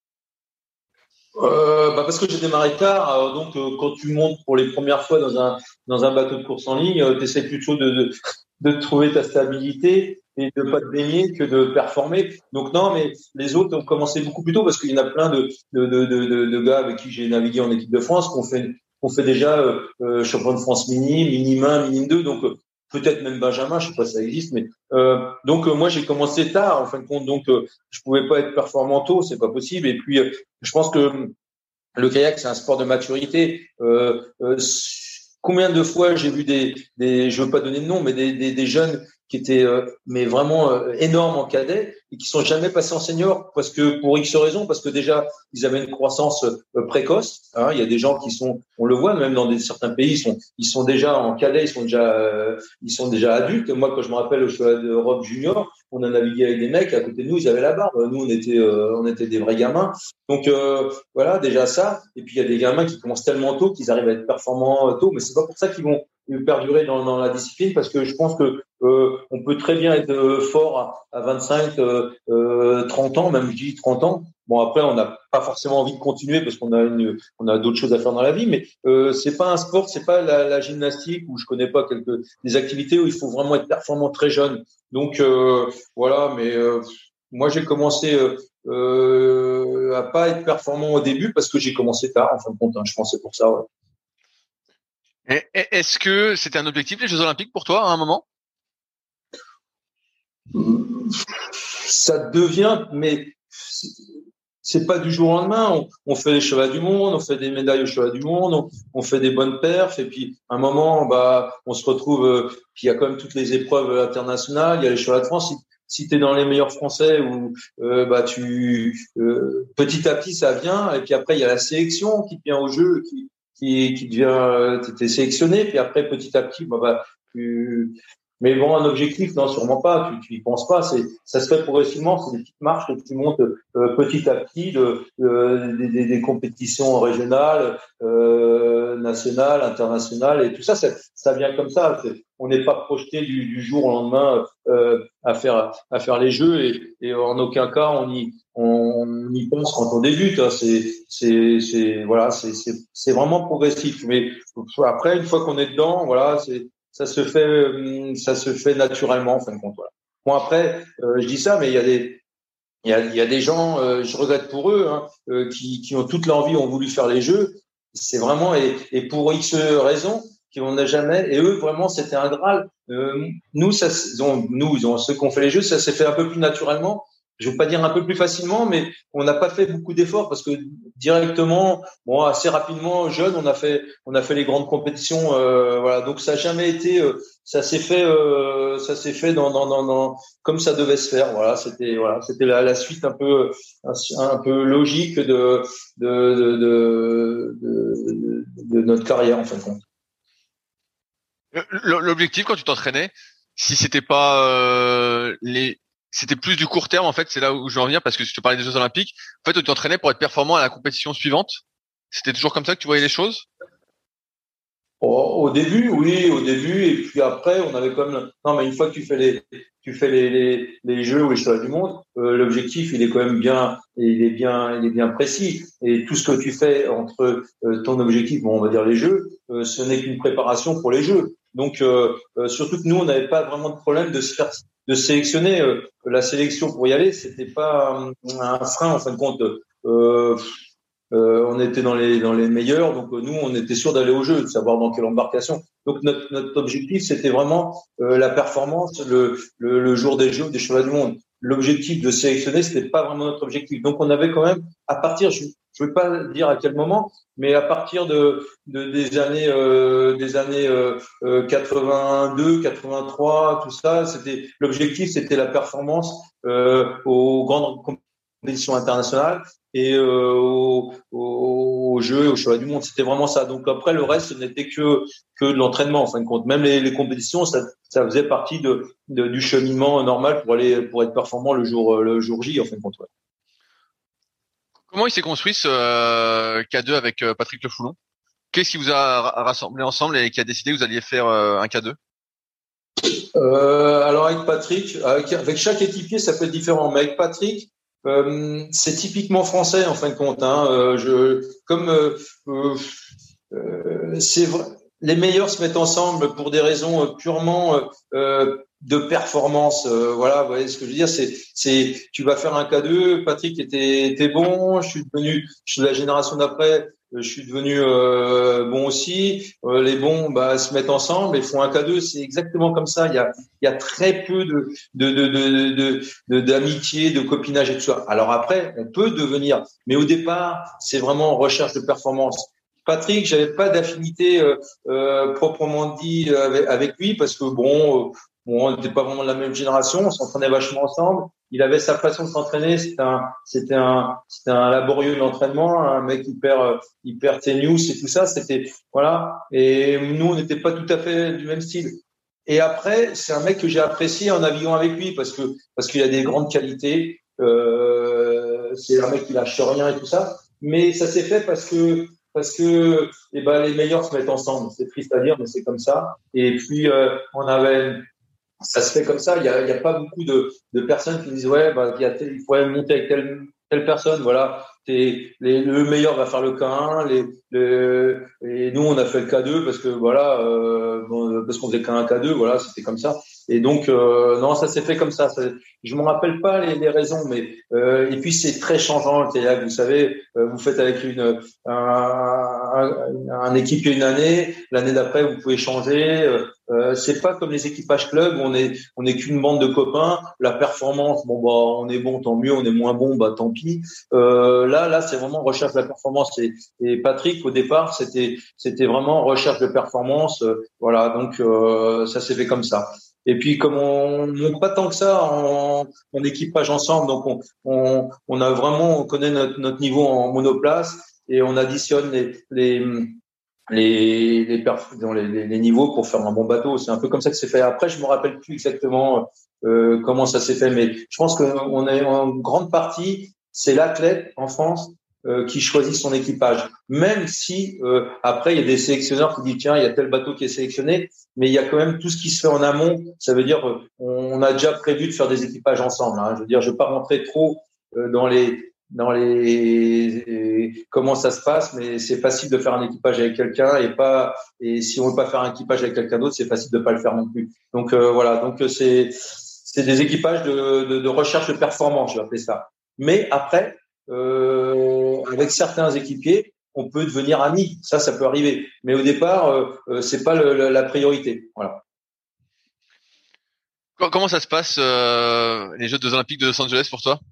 Euh, bah parce que j'ai démarré tard, alors donc euh, quand tu montes pour les premières fois dans un dans un bateau de course en ligne, euh, tu essaies plutôt de, de de trouver ta stabilité et de pas te baigner que de performer. Donc non, mais les autres ont commencé beaucoup plus tôt parce qu'il y en a plein de de de de, de gars avec qui j'ai navigué en équipe de France qu'on fait qu'on fait déjà euh, euh, champion de France mini, mini un, mini deux, donc euh, peut-être même Benjamin, je sais pas si ça existe, mais euh, donc euh, moi j'ai commencé tard en fin de compte, donc euh, je pouvais pas être performant tôt, c'est pas possible. Et puis euh, je pense que le kayak c'est un sport de maturité. Euh, euh, combien de fois j'ai vu des, des, je veux pas donner de nom, mais des, des, des jeunes qui étaient euh, mais vraiment euh, énormes en cadet et qui sont jamais passés en senior parce que pour X raisons, parce que déjà ils avaient une croissance euh, précoce. Hein, il y a des gens qui sont, on le voit même dans des, certains pays, ils sont ils sont déjà en cadet, ils sont déjà euh, ils sont déjà adultes. Moi quand je me rappelle au cheval d'Europe junior, on a navigué avec des mecs à côté de nous, ils avaient la barbe. Nous on était euh, on était des vrais gamins. Donc euh, voilà déjà ça. Et puis il y a des gamins qui commencent tellement tôt qu'ils arrivent à être performants tôt, mais c'est pas pour ça qu'ils vont perdurer dans, dans la discipline, parce que je pense que euh, on peut très bien être euh, fort à, à vingt-cinq, euh, euh, trente ans, même je dis trente ans. Bon après on n'a pas forcément envie de continuer parce qu'on a une, on a d'autres choses à faire dans la vie, mais euh, c'est pas un sport, c'est pas la, la gymnastique où je connais pas quelques des activités où il faut vraiment être performant très jeune. Donc euh, voilà, mais euh, moi j'ai commencé euh, euh, à pas être performant au début parce que j'ai commencé tard en fin de compte. Hein, je pense que c'est pour ça. Ouais. Et, et, est-ce que c'était un objectif, les Jeux Olympiques, pour toi, à un moment? Ça devient, mais c'est pas du jour au lendemain. On, on fait les chevals du monde, on fait des médailles aux chevals du monde, on, on fait des bonnes perfs, et puis à un moment, bah, on se retrouve. Euh, puis il y a quand même toutes les épreuves internationales. Il y a les chevals de France. Si, si tu es dans les meilleurs Français, ou euh, bah tu euh, petit à petit ça vient, et puis après il y a la sélection qui vient au jeu, qui qui, qui devient, t'es sélectionné, puis après petit à petit, bah, bah tu, mais bon, un objectif, non, sûrement pas. Tu, tu y penses pas. C'est, ça se fait progressivement. C'est des petites marches que tu montes euh, petit à petit, de, euh, des, des, des compétitions régionales, euh, nationales, internationales, et tout ça, ça, ça vient comme ça. C'est, on n'est pas projeté du, du jour au lendemain euh, à faire, à faire les jeux, et, et en aucun cas on y, on y pense quand on débute. Hein. C'est, c'est, c'est, voilà, c'est, c'est, c'est vraiment progressif. Mais après, une fois qu'on est dedans, voilà, c'est ça se fait ça se fait naturellement en fin de compte. Voilà. Bon après euh, je dis ça, mais il y a des il y a il y a des gens, euh, je regrette pour eux, hein, euh, qui qui ont toute leur vie ont voulu faire les jeux. C'est vraiment, et, et pour X raisons qu'on n'a jamais, et eux vraiment c'était un Graal. Euh, nous ça ils ont, nous ils ont ceux qui ont fait les jeux, ça s'est fait un peu plus naturellement. Je veux pas dire un peu plus facilement, mais on n'a pas fait beaucoup d'efforts parce que directement, bon, assez rapidement, jeune, on a fait, on a fait les grandes compétitions, euh, voilà. Donc ça n'a jamais été, euh, ça s'est fait, euh, ça s'est fait dans, dans, dans, dans, comme ça devait se faire. Voilà, c'était, voilà, c'était la, la suite un peu, un, un peu logique de, de, de, de, de, de notre carrière en fin de compte. L'objectif quand tu t'entraînais, si c'était pas euh, les c'était plus du court terme, en fait, c'est là où je veux en venir, parce que je te parlais des Jeux Olympiques. En fait, tu t'entraînais pour être performant à la compétition suivante. C'était toujours comme ça que tu voyais les choses? Au, au début, oui, au début, et puis après, on avait comme, non, mais une fois que tu fais les, tu fais les, les, les jeux ou les championnats du monde, euh, l'objectif, il est quand même bien, il est bien, il est bien précis. Et tout ce que tu fais entre euh, ton objectif, bon, on va dire les jeux, euh, ce n'est qu'une préparation pour les jeux. Donc, euh, euh, surtout que nous, on n'avait pas vraiment de problème de se faire de sélectionner. Euh, la sélection pour y aller, c'était pas un frein en fin de compte. Euh, euh, on était dans les dans les meilleurs, donc nous on était sûr d'aller au jeu, de savoir dans quelle embarcation. Donc notre notre objectif c'était vraiment euh, la performance le, le le jour des Jeux des Championnats du monde. L'objectif de sélectionner c'était pas vraiment notre objectif. Donc on avait quand même à partir, je je veux pas dire à quel moment, mais à partir de, de des années euh, des années euh, quatre-vingt-deux, quatre-vingt-trois, tout ça, c'était l'objectif, c'était la performance euh, aux grandes compétitions internationales et euh, aux, aux Jeux et aux Championnats du monde. C'était vraiment ça. Donc après, le reste, ce n'était que que de l'entraînement en fin de compte. Même les, les compétitions, ça, ça faisait partie de, de du cheminement normal pour aller pour être performant le jour le jour J en fin de compte. Ouais. Comment il s'est construit ce euh, K deux avec euh, Patrick Le Foulon? Qu'est-ce qui vous a rassemblé ensemble et qui a décidé que vous alliez faire euh, un K deux? euh, Alors avec Patrick, avec, avec chaque équipier, ça peut être différent. Mais avec Patrick, euh, c'est typiquement français en fin de compte. Hein. Euh, je, comme euh, euh, euh, c'est vrai, les meilleurs se mettent ensemble pour des raisons purement euh, de performance. Euh, voilà, vous voyez ce que je veux dire. C'est, c'est, tu vas faire un K deux. Patrick était, était bon. Je suis devenu, je suis de la génération d'après. Je suis devenu euh, bon aussi. Euh, les bons, bah, se mettent ensemble et font un K deux. C'est exactement comme ça. Il y a, il y a très peu de, de, de, de, de, de d'amitié, de copinage et tout ça. Alors après, on peut devenir, mais au départ, c'est vraiment recherche de performance. Patrick, j'avais pas d'affinité euh, euh, proprement dit euh, avec, avec lui parce que bon, euh, bon, on n'était pas vraiment de la même génération. On s'entraînait vachement ensemble. Il avait sa façon de s'entraîner. C'était un, c'était un, c'était un laborieux d'entraînement, un mec hyper, hyper tenacieux et tout ça. C'était, voilà. Et nous, on n'était pas tout à fait du même style. Et après, c'est un mec que j'ai apprécié en naviguant avec lui parce que, parce qu'il a des grandes qualités. Euh, c'est un mec qui lâche rien et tout ça. Mais ça s'est fait parce que, parce que, eh ben, les meilleurs se mettent ensemble. C'est triste à dire, mais c'est comme ça. Et puis, euh, on avait, ça se fait comme ça. Il y a, il y a pas beaucoup de, de personnes qui disent ouais, bah, il y a tel, il faudrait monter avec telle, telle personne. Voilà, t'es, les, le meilleur va faire le K un. Les, les, et nous, on a fait le K deux parce que voilà, euh, bon, parce qu'on faisait K un, K deux. Voilà, c'était comme ça. Et donc, euh, non, ça s'est fait comme ça. ça je me rappelle pas les, les raisons, mais euh, et puis c'est très changeant le kayak. Vous savez, euh, vous faites avec une un, un, un équipier une année, l'année d'après vous pouvez changer. Euh, Euh, c'est pas comme les équipages club où on est on est qu'une bande de copains. La performance, bon bah on est bon, tant mieux. On est moins bon, bah tant pis. Euh, là là c'est vraiment recherche de la performance. Et, et Patrick au départ c'était c'était vraiment recherche de performance. Euh, voilà donc euh, ça s'est fait comme ça. Et puis comme on monte pas tant que ça en, en équipage ensemble, donc on on on a vraiment on connaît notre notre niveau en monoplace et on additionne les les les les, perf- dans les, les, les niveaux pour faire un bon bateau. C'est un peu comme ça que c'est fait. Après, je me rappelle plus exactement euh, comment ça s'est fait, mais je pense qu'on est en grande partie, c'est l'athlète en France euh, qui choisit son équipage. Même si euh, après, il y a des sélectionneurs qui disent tiens, il y a tel bateau qui est sélectionné, mais il y a quand même tout ce qui se fait en amont. Ça veut dire euh, on a déjà prévu de faire des équipages ensemble. Hein. Je veux dire, je vais pas rentrer trop euh, dans les dans les comment ça se passe, mais c'est facile de faire un équipage avec quelqu'un et pas et si on veut pas faire un équipage avec quelqu'un d'autre, c'est facile de pas le faire non plus. Donc euh, voilà, donc c'est c'est des équipages de, de, de recherche de performance, je vais appeler ça. Mais après, euh, avec certains équipiers, on peut devenir amis, ça ça peut arriver. Mais au départ, euh, c'est pas le, la priorité. Voilà. Comment ça se passe euh, les Jeux Olympiques de Los Angeles pour toi?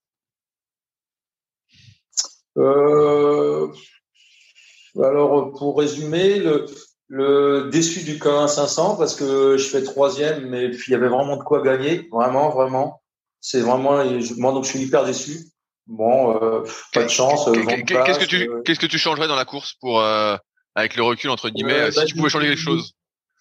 Euh, alors, pour résumer, le, le déçu du K un cinq cents parce que je fais troisième, mais puis il y avait vraiment de quoi gagner, vraiment, vraiment. C'est vraiment, moi donc je suis hyper déçu. Bon, euh, pas de chance. Qu'est-ce que tu, euh... qu'est-ce que tu changerais dans la course pour, euh, avec le recul entre guillemets, euh, si bah, tu pouvais changer quelque chose?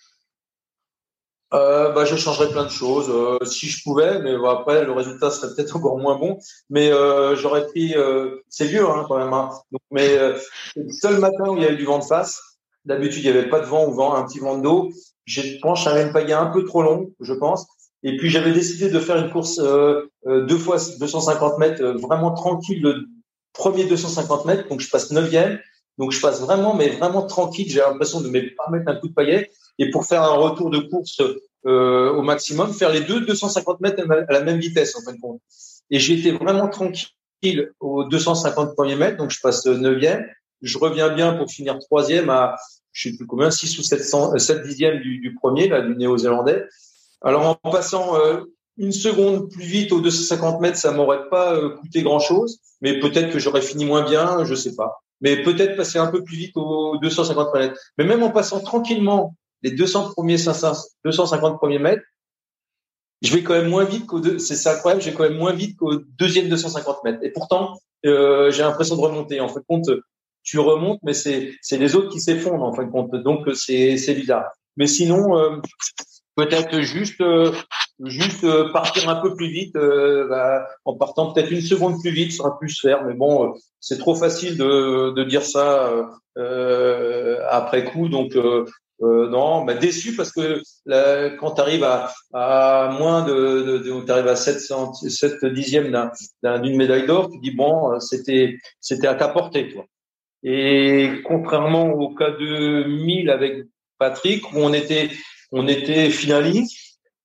Euh, bah, je changerais plein de choses euh, si je pouvais, mais bon, après le résultat serait peut-être encore moins bon. Mais euh, j'aurais pris, euh, c'est vieux hein, quand même. Hein. Donc, mais euh, le seul matin où il y avait du vent de face, d'habitude il y avait pas de vent ou vent, un petit vent de dos. Je pense j'avais une pagaie un peu trop long, je pense. Et puis j'avais décidé de faire une course euh, euh, deux fois deux cent cinquante mètres, euh, vraiment tranquille, le premier deux cent cinquante mètres. Donc je passe neuvième. Donc je passe vraiment, mais vraiment tranquille. J'ai l'impression de ne pas mettre un coup de paillet. Et pour faire un retour de course euh, au maximum, faire les deux deux cent cinquante mètres à la même vitesse en fin de compte. Et j'étais vraiment tranquille aux deux cent cinquante premiers mètres, donc je passe neuvième. Je reviens bien pour finir troisième à, je sais plus combien, six ou sept dixièmes du, du premier, là, du néo-zélandais. Alors en passant euh, une seconde plus vite aux deux cent cinquante mètres, ça m'aurait pas euh, coûté grand-chose, mais peut-être que j'aurais fini moins bien, je sais pas. Mais peut-être passer un peu plus vite aux deux cent cinquante mètres. Mais même en passant tranquillement les deux cents premiers, deux cent cinquante premiers mètres, je vais quand même moins vite qu'au deux, c'est ça incroyable, j'ai quand même moins vite qu'au deuxième deux cent cinquante mètres. Et pourtant, euh, j'ai l'impression de remonter. En fin de compte, tu remontes, mais c'est, c'est les autres qui s'effondrent, en fin de compte. Donc, c'est, c'est bizarre. Mais sinon, euh, peut-être juste, euh, juste euh, partir un peu plus vite, euh, bah, en partant peut-être une seconde plus vite, ça aurait pu se faire. Mais bon, euh, c'est trop facile de, de dire ça euh, après coup. Donc, euh, Euh, non, bah déçu parce que là, quand tu arrives à, à moins de, de, de tu arrives à sept dixièmes d'un, d'un, d'une médaille d'or, tu dis bon, c'était c'était à ta portée, toi. Et contrairement au K deux mille avec Patrick où on était on était finaliste,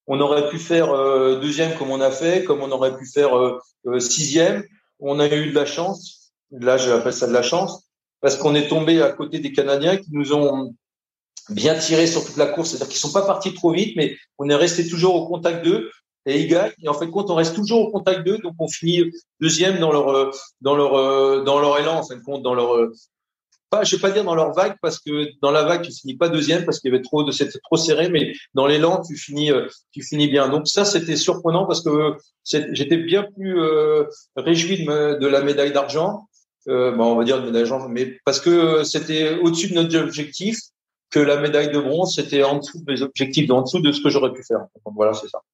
On aurait pu faire euh, deuxième comme on a fait, comme on aurait pu faire euh, euh, sixième. On a eu de la chance. Là, j'appelle ça de la chance parce qu'on est tombé à côté des Canadiens qui nous ont bien tiré sur toute la course. C'est-à-dire qu'ils sont pas partis trop vite, mais on est resté toujours au contact d'eux et ils gagnent. Et en fait, compte, on reste toujours au contact d'eux, donc on finit deuxième dans leur dans leur dans leur élan. En fin de compte, dans leur pas, je vais pas dire dans leur vague parce que dans la vague tu finis pas deuxième parce qu'il y avait trop de c'était trop serré, mais dans l'élan tu finis tu finis bien. Donc ça c'était surprenant parce que j'étais bien plus euh, réjoui de, me, de la médaille d'argent. Euh, bon, on va dire de médaille d'argent, mais parce que c'était au-dessus de notre objectif, que la médaille de bronze c'était en dessous des objectifs, en dessous de ce que j'aurais pu faire. Donc voilà, c'est ça.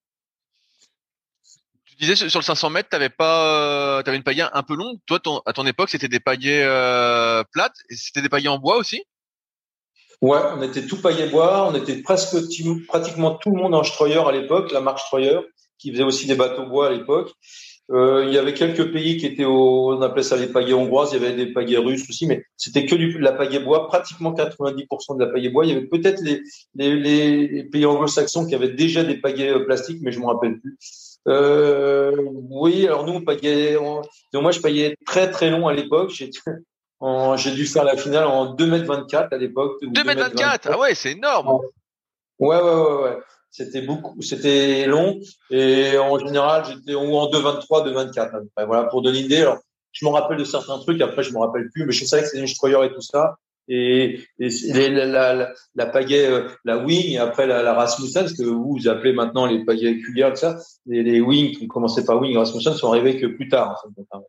Tu disais sur le cinq cents mètres, t'avais pas, t'avais une pagaie un peu longue. Toi, ton, à ton époque, c'était des pagaies euh, plates. Et c'était des pagaies en bois aussi. Ouais, on était tout paillé bois. On était presque pratiquement tout le monde en Streuer à l'époque, la marque Streuer, qui faisait aussi des bateaux bois à l'époque. Euh, il y avait quelques pays qui étaient au, on appelait ça les pagaies hongroises. Il y avait des pagaies russes aussi, mais c'était que du, de la pagaie bois. Pratiquement quatre-vingt-dix pour cent de la pagaie bois. Il y avait peut-être les, les, les pays anglo-saxons qui avaient déjà des pagaies plastiques, mais je me rappelle plus. Euh, oui, alors nous, on payait, on, donc moi, je payais très, très long à l'époque. J'ai, en, j'ai dû faire la finale en deux mètres vingt-quatre à l'époque. deux mètres vingt-quatre. Ah ouais, c'est énorme. Ouais, ouais, ouais, ouais. C'était beaucoup, c'était long. Et en général, j'étais ou en deux vingt-trois, deux vingt-quatre. Enfin, voilà, pour donner une idée. Alors, je me rappelle de certains trucs. Après, je me rappelle plus, mais je savais que c'était une Streuer et tout ça. Et, et les, la, la, la, la pagaie, euh, la wing, et après la, la Rasmussen, ce que vous, vous appelez maintenant les pagaies cuillères, tout ça, les, les wing qui commençaient par wing, Rasmussen, sont arrivés que plus tard. En fait.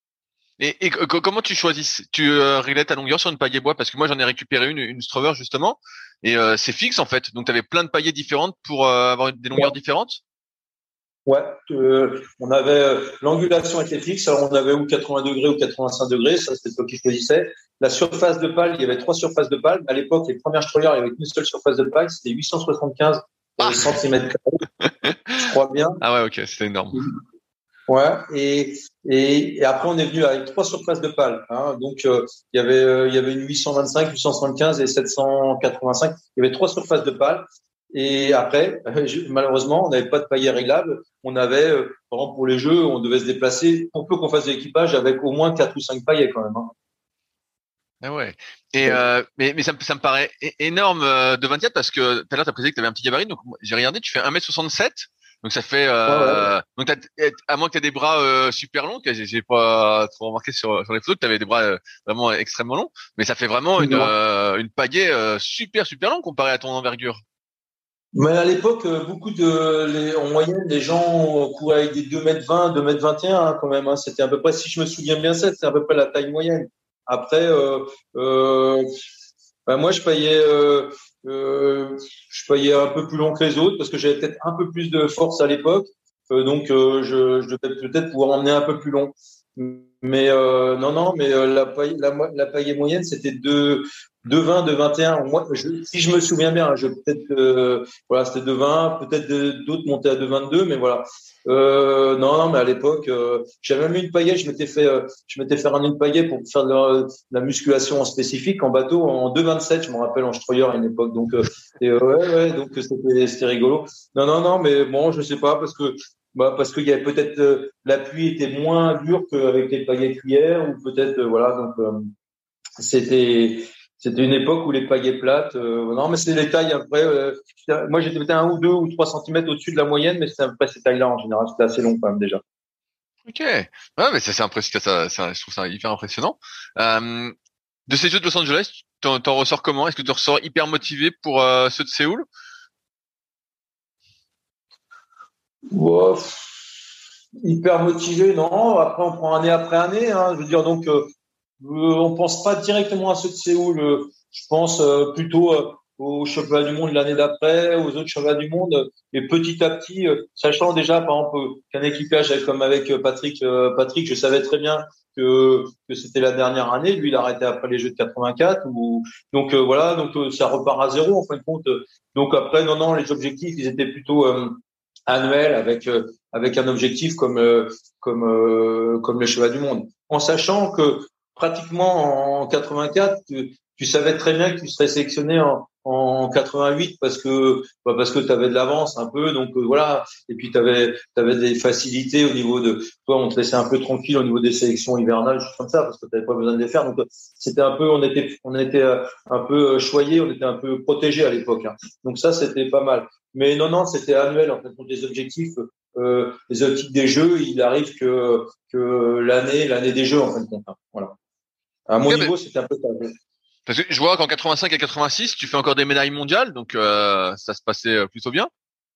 Et, et comment tu choisis? Tu euh, réglais ta longueur sur une pagaie bois? Parce que moi, j'en ai récupéré une, une Streuer justement, et euh, c'est fixe en fait. Donc, tu avais plein de pagaies différentes pour euh, avoir des longueurs ouais. différentes. Ouais, euh, on avait euh, l'angulation était fixe. Alors on avait ou quatre-vingts degrés ou quatre-vingt-cinq degrés, ça c'était toi qui choisissais. La surface de pale, il y avait trois surfaces de pale. À l'époque, les premières Streuer, il y avait une seule surface de pale, c'était huit cent soixante-quinze ah. centimètres carrés, je crois bien. Ah ouais, ok, c'était énorme. Ouais, et, et et après on est venu avec trois surfaces de pale. Hein, donc euh, il y avait euh, il y avait une huit cent vingt-cinq, huit cent soixante-quinze et sept cent quatre-vingt-cinq. Il y avait trois surfaces de pale. Et après, malheureusement, on n'avait pas de pagaie réglable. On avait, euh, par exemple, pour les jeux, on devait se déplacer pour peu qu'on fasse de l'équipage avec au moins quatre ou cinq paillets quand même. Hein. Ah ouais. Et euh, mais mais ça, ça me paraît énorme euh, de vingt-quatre parce que tout à l'heure t'as précisé que t'avais un petit gabarit, donc j'ai regardé, tu fais un mètre soixante-sept, donc ça fait euh, ouais, ouais. donc t'as, à moins que t'aies des bras euh, super longs, que j'ai, j'ai pas trop remarqué sur sur les photos que t'avais des bras euh, vraiment extrêmement longs, mais ça fait vraiment une euh, une pagaie euh, super super longue comparé à ton envergure. Mais à l'époque, beaucoup de, les, en moyenne, les gens couraient avec des deux mètres vingt, deux mètres vingt et un, hein, quand même, hein. C'était à peu près, si je me souviens bien, c'était à peu près la taille moyenne. Après, euh, euh, ben moi, je payais, euh, euh, je payais un peu plus long que les autres parce que j'avais peut-être un peu plus de force à l'époque. Euh, donc, euh, je, je devais peut-être pouvoir emmener un peu plus long. Mais euh, non, non, mais euh, la paille, la, la paillée moyenne, c'était de deux vingt, deux vingt et un. Moi, je, si je me souviens bien, je peut-être, euh, voilà, c'était deux vingt. Peut-être de, d'autres montaient à deux vingt-deux, mais voilà. Euh, non, non, mais à l'époque, euh, j'avais même eu une pagaie. Je m'étais fait, euh, je m'étais fait ramener une pagaie pour faire de la, de la musculation en spécifique en bateau en deux vingt-sept. Je me rappelle en Streuer à une époque. Donc, euh, et, euh, ouais, ouais, donc c'était, c'était rigolo. Non, non, non, mais bon, je sais pas parce que. Bah parce qu'il y avait peut-être euh, l'appui était moins dur qu'avec les pagaies cuillères ou peut-être euh, voilà donc euh, c'était c'était une époque où les pagaies plates euh, non mais c'est les tailles après euh, moi j'étais peut-être un ou deux ou trois centimètres au-dessus de la moyenne mais c'est à peu près ces tailles-là en général c'était assez long quand même déjà. Ok, ouais mais ça c'est impressionnant, ça, ça je trouve ça hyper impressionnant. Euh, de ces Jeux de Los Angeles, t'en, t'en ressors comment? Est-ce que tu ressors hyper motivé pour euh, ceux de Séoul? Wow. Hyper motivé, non. Après, on prend année après année. Hein. Je veux dire, donc, euh, on pense pas directement à ceux de Séoul. Euh, je pense euh, plutôt euh, aux championnats du monde l'année d'après, aux autres championnats du monde. Et petit à petit, euh, sachant déjà, par exemple, qu'un équipage comme avec Patrick, euh, Patrick, je savais très bien que que c'était la dernière année. Lui, il a arrêté après les Jeux de quatre-vingt-quatre. Ou donc euh, voilà, donc euh, ça repart à zéro en fin de compte. Donc après, non, non, les objectifs, ils étaient plutôt euh, annuel avec euh, avec un objectif comme euh, comme euh, comme les Chevaliers du Monde, en sachant que pratiquement en quatre-vingt-quatre tu, tu savais très bien que tu serais sélectionné en, en quatre-vingt-huit parce que bah parce que tu avais de l'avance un peu, donc euh, voilà. Et puis tu avais t'avais des facilités au niveau de toi, on te laissait un peu tranquille au niveau des sélections hivernales, juste comme ça, parce que tu n'avais pas besoin de les faire. Donc c'était un peu, on était on était un peu choyé, on était un peu protégé à l'époque. Hein. Donc ça, c'était pas mal. Mais non, non, c'était annuel en fait. Donc les objectifs, euh, les objectifs des jeux, il arrive que que l'année l'année des jeux en fin de compte. Hein. Voilà. À mon Okay, niveau, mais... c'était un peu ça. Parce que je vois qu'en quatre-vingt-cinq et quatre-vingt-six, tu fais encore des médailles mondiales, donc euh, ça se passait plutôt bien.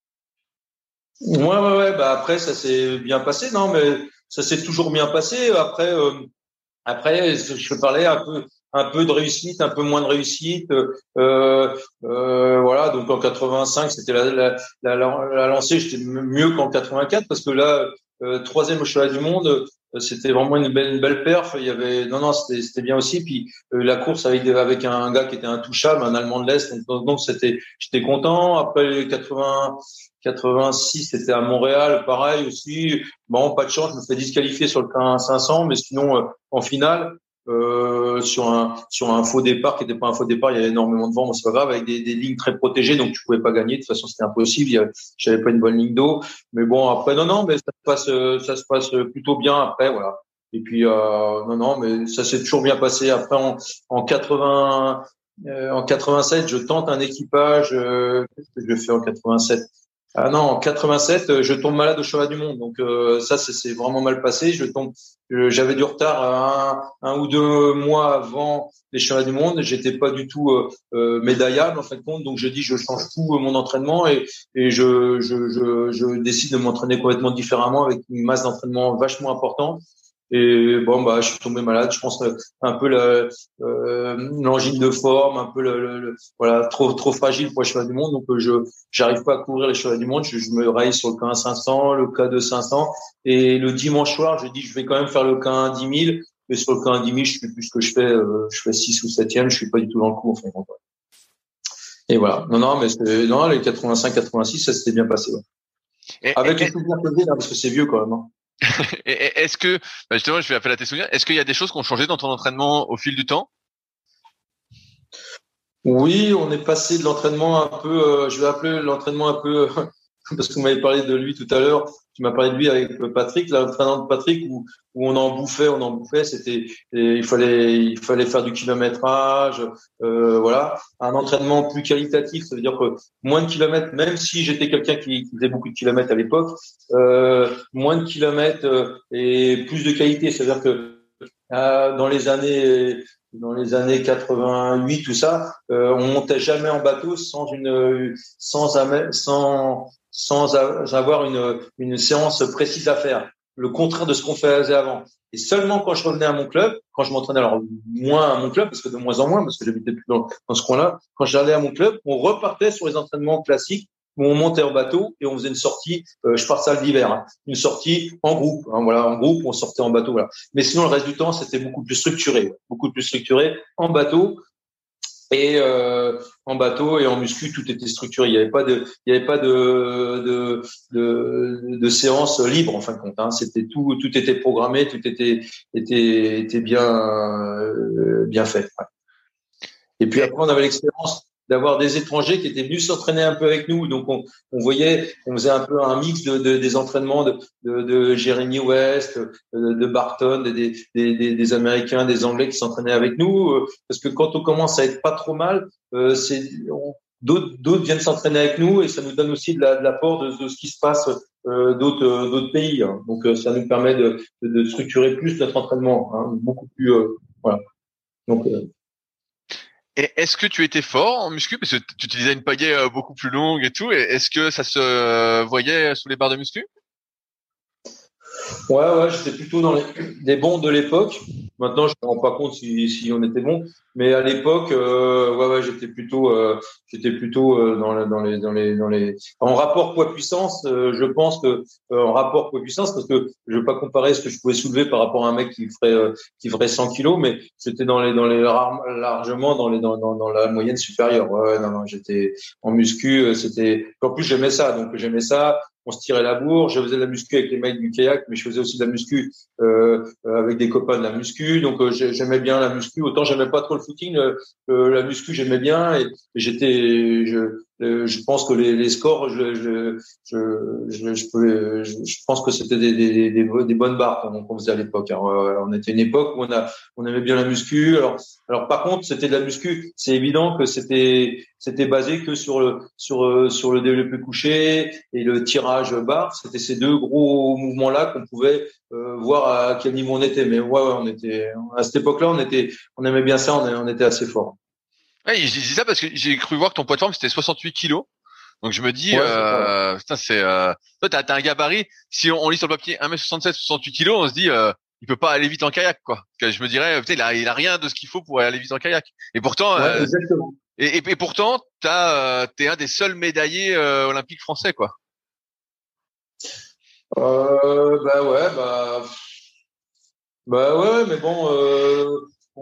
Ouais, ouais, ouais. Bah après, ça s'est bien passé, non, mais ça s'est toujours bien passé. Après, euh, après, je parlais un peu, un peu de réussite, un peu moins de réussite. Euh, euh, voilà. Donc en quatre-vingt-cinq, c'était la, la, la, la lancée. J'étais mieux qu'en quatre-vingt-quatre parce que là, euh, troisième au championnat du monde, c'était vraiment une belle, une belle perf. Il y avait, non, non, c'était, c'était bien aussi. Puis euh, la course avec avec un gars qui était intouchable, un Allemand de l'Est. Donc, donc c'était, j'étais content. Après les quatre-vingts, quatre-vingt-six, c'était à Montréal, pareil aussi. Bon, pas de chance, je me fais disqualifier sur le K cinq cents, mais sinon euh, en finale. Euh, sur un sur un faux départ qui n'était pas un faux départ, il y avait énormément de vent, bon, c'est pas grave, avec des, des lignes très protégées, donc tu pouvais pas gagner. De toute façon, c'était impossible. Il y avait, j'avais pas une bonne ligne d'eau, mais bon après non non, mais ça se passe ça se passe plutôt bien après voilà. Et puis euh, non non, mais ça s'est toujours bien passé. Après en en quatre-vingts euh, en quatre-vingt-sept, je tente un équipage. Euh, qu'est-ce que je fais en quatre-vingt-sept? Ah non, en quatre-vingt-sept, je tombe malade au championnat du monde. Donc euh, ça, c'est, c'est vraiment mal passé. Je tombe, euh, j'avais du retard un, un ou deux mois avant les championnats du monde. J'étais pas du tout euh, euh, médaillable en fin de compte. Donc je dis, je change tout euh, mon entraînement et, et je, je, je, je décide de m'entraîner complètement différemment avec une masse d'entraînement vachement importante. Et bon, bah, je suis tombé malade. Je pense euh, un peu la, euh, l'angine de forme, un peu le, le, le- voilà, trop trop fragile pour les chevaux du monde. Donc euh, je j'arrive pas à courir les chevaux du monde. Je, je me raille sur le K un cinq cents, le K deux cinq cents. Et le dimanche soir, je dis je vais quand même faire le K un dix mille. Mais sur le K un dix mille, je sais plus ce que je fais. Euh, je fais six ou septième. Je suis pas du tout dans le coup en fin de compte. Et voilà. Non non, mais c'est, non les quatre-vingt-cinq quatre-vingt-six, ça s'était bien passé. Ouais. Et, Avec et, les souvenirs que j'ai, hein, parce que c'est vieux quand même. Hein. et, est-ce que, bah justement, je vais appeler à tes souvenirs. Est-ce qu'il y a des choses qui ont changé dans ton entraînement au fil du temps? Oui, on est passé de l'entraînement un peu, euh, je vais appeler l'entraînement un peu, parce que vous m'avez parlé de lui tout à l'heure, tu m'as parlé de lui avec Patrick, l'entraînement de Patrick où, où on en bouffait, on en bouffait, c'était, et il fallait, il fallait faire du kilométrage, euh, voilà. Un entraînement plus qualitatif, ça veut dire que moins de kilomètres, même si j'étais quelqu'un qui, qui faisait beaucoup de kilomètres à l'époque, euh, moins de kilomètres euh, et plus de qualité, c'est-à-dire que euh, dans les années dans les années quatre-vingt-huit, tout ça, euh, on montait jamais en bateau sans une, sans, sans, sans avoir une, une séance précise à faire. Le contraire de ce qu'on faisait avant. Et seulement quand je revenais à mon club, quand je m'entraînais, alors moins à mon club, parce que de moins en moins, parce que j'habitais plus dans, dans ce coin-là, quand j'allais à mon club, on repartait sur les entraînements classiques où on montait en bateau et on faisait une sortie, euh, je pars ça l'hiver, hein, une sortie en groupe, hein, voilà, en groupe, on sortait en bateau, voilà. Mais sinon, le reste du temps, c'était beaucoup plus structuré, beaucoup plus structuré en bateau et euh, en bateau et en muscu, tout était structuré. Il n'y avait pas de, il y avait pas de de de, de séance libre en fin de compte. Hein. C'était tout, tout était programmé, tout était était était bien euh, bien fait. Ouais. Et puis après, on avait l'expérience d'avoir des étrangers qui étaient venus s'entraîner un peu avec nous. Donc, on, on voyait, on faisait un peu un mix de, de des entraînements de, de, de Jeremy West, de, de Barton, des, des, des, des Américains, des Anglais qui s'entraînaient avec nous. Parce que quand on commence à être pas trop mal, euh, c'est, on, d'autres, d'autres viennent s'entraîner avec nous et ça nous donne aussi de, la, de l'apport de, de ce qui se passe euh, d'autres, euh, d'autres pays. Hein. Donc, euh, ça nous permet de, de, de structurer plus notre entraînement, hein, beaucoup plus, euh, voilà. Donc, euh, Et est-ce que tu étais fort en muscu parce que tu utilisais une pagaie beaucoup plus longue et tout, et est-ce que ça se voyait sous les barres de muscu? Ouais, ouais, j'étais plutôt dans les, les bons de l'époque. Maintenant, je me rends pas compte si, si on était bon, mais à l'époque, euh, ouais, ouais, j'étais plutôt, euh, j'étais plutôt euh, dans, le, dans les, dans les, dans les, en rapport poids-puissance. Euh, je pense que euh, en rapport poids-puissance, parce que je veux pas comparer ce que je pouvais soulever par rapport à un mec qui ferait, euh, qui ferait cent kilos, mais j'étais dans les, dans les largement dans les, dans, dans, dans la moyenne supérieure. Ouais, ouais, non, non, j'étais en muscu. C'était, en plus j'aimais ça, donc j'aimais ça. on se tirait la bourre. Je faisais de la muscu avec les mecs du kayak, mais je faisais aussi de la muscu euh, avec des copains de la muscu. Donc euh, j'aimais bien la muscu. Autant j'aimais pas trop le footing, euh, euh, la muscu j'aimais bien et, et j'étais, je, euh, je pense que les, les scores, je, je, je, je, je, peux, je, je pense que c'était des, des, des, des bonnes barres qu'on, qu'on faisait à l'époque. Alors, euh, on était une époque où on a, on aimait bien la muscu. Alors, alors par contre, c'était de la muscu. C'est évident que c'était, c'était basé que sur le, sur, sur le développé couché et le tirage barre. C'était ces deux gros mouvements-là qu'on pouvait euh, voir à quel niveau on était. Mais ouais, ouais, on était, à cette époque-là, on était, on aimait bien ça. On, on était assez fort. Ouais, je dis ça parce que j'ai cru voir que ton poids de forme c'était soixante-huit kilos. Donc je me dis, ouais, euh, putain, c'est, euh, toi t'as, t'as un gabarit. Si on, on lit sur le papier un mètre soixante-sept, soixante-huit kilos, on se dit, euh, il peut pas aller vite en kayak, quoi. Parce que je me dirais, putain, il a, il a rien de ce qu'il faut pour aller vite en kayak. Et pourtant, ouais, euh, exactement. Et, et, et pourtant, t'as, euh, t'es un des seuls médaillés euh, olympiques français, quoi. Euh, bah ouais, bah, bah ouais, mais bon, euh,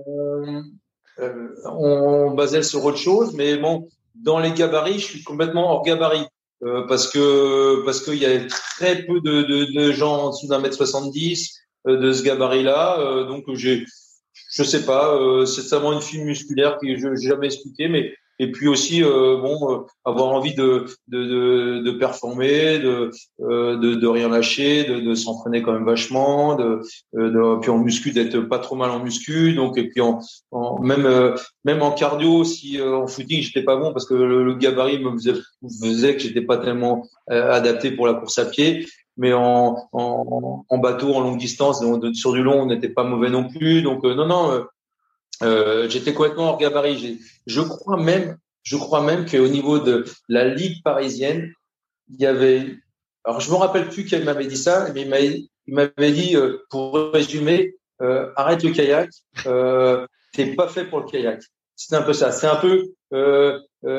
on, euh, on basait sur autre chose, mais bon, dans les gabarits, je suis complètement hors gabarit euh, parce que parce qu'il y a très peu de, de, de gens en dessous d'un mètre soixante-dix euh, de ce gabarit-là, euh, donc j'ai, je sais pas, euh, c'est seulement une fibre musculaire que je j'ai jamais expliqué, mais et puis aussi euh, bon, euh, avoir envie de de de, de performer, de, euh, de de rien lâcher, de, de s'entraîner quand même vachement, de, de puis en muscu d'être pas trop mal en muscu, donc et puis en, en même euh, même en cardio, si euh, en footing j'étais pas bon parce que le, le gabarit me faisait, faisait que j'étais pas tellement euh, adapté pour la course à pied. Mais en, en, en bateau, en longue distance, donc, sur du long, on n'était pas mauvais non plus. Donc euh, non, non, euh, euh, j'étais complètement hors gabarit. J'ai, je crois même, je crois même qu'au niveau de la ligue parisienne, il y avait. Alors je me rappelle plus qui m'avait dit ça, mais il m'avait, il m'avait dit, euh, pour résumer, euh, arrête le kayak, euh, t'es pas fait pour le kayak. C'était un peu ça. C'est un peu euh,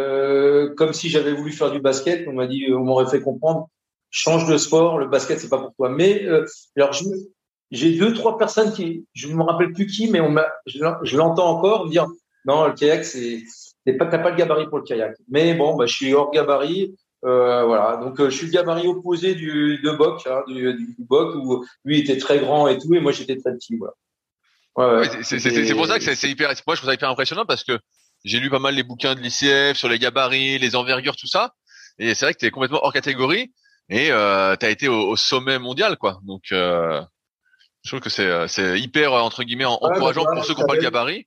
euh, comme si j'avais voulu faire du basket. On m'a dit, on m'aurait fait comprendre. Change de sport, le basket c'est pas pour toi. Mais euh, alors je, j'ai deux trois personnes qui, je me rappelle plus qui, mais on m'a, je, je l'entends encore me dire non le kayak c'est, t'es pas, t'as pas le gabarit pour le kayak. Mais bon, bah je suis hors gabarit, euh, voilà. Donc euh, je suis le gabarit opposé du de Boc, hein, du, du Boc où lui était très grand et tout, et moi j'étais très petit, voilà. Ouais, ouais, c'est, c'est, c'est, c'est pour ça que c'est, c'est hyper, moi je trouve ça hyper impressionnant parce que j'ai lu pas mal les bouquins de l'I C F sur les gabarits, les envergures, tout ça, et c'est vrai que t'es complètement hors catégorie. Et euh, t'as été au, au sommet mondial, quoi. Donc, euh, je trouve que c'est, c'est hyper entre guillemets encourageant ouais, bah, pour ceux qui n'ont pas le gabarit.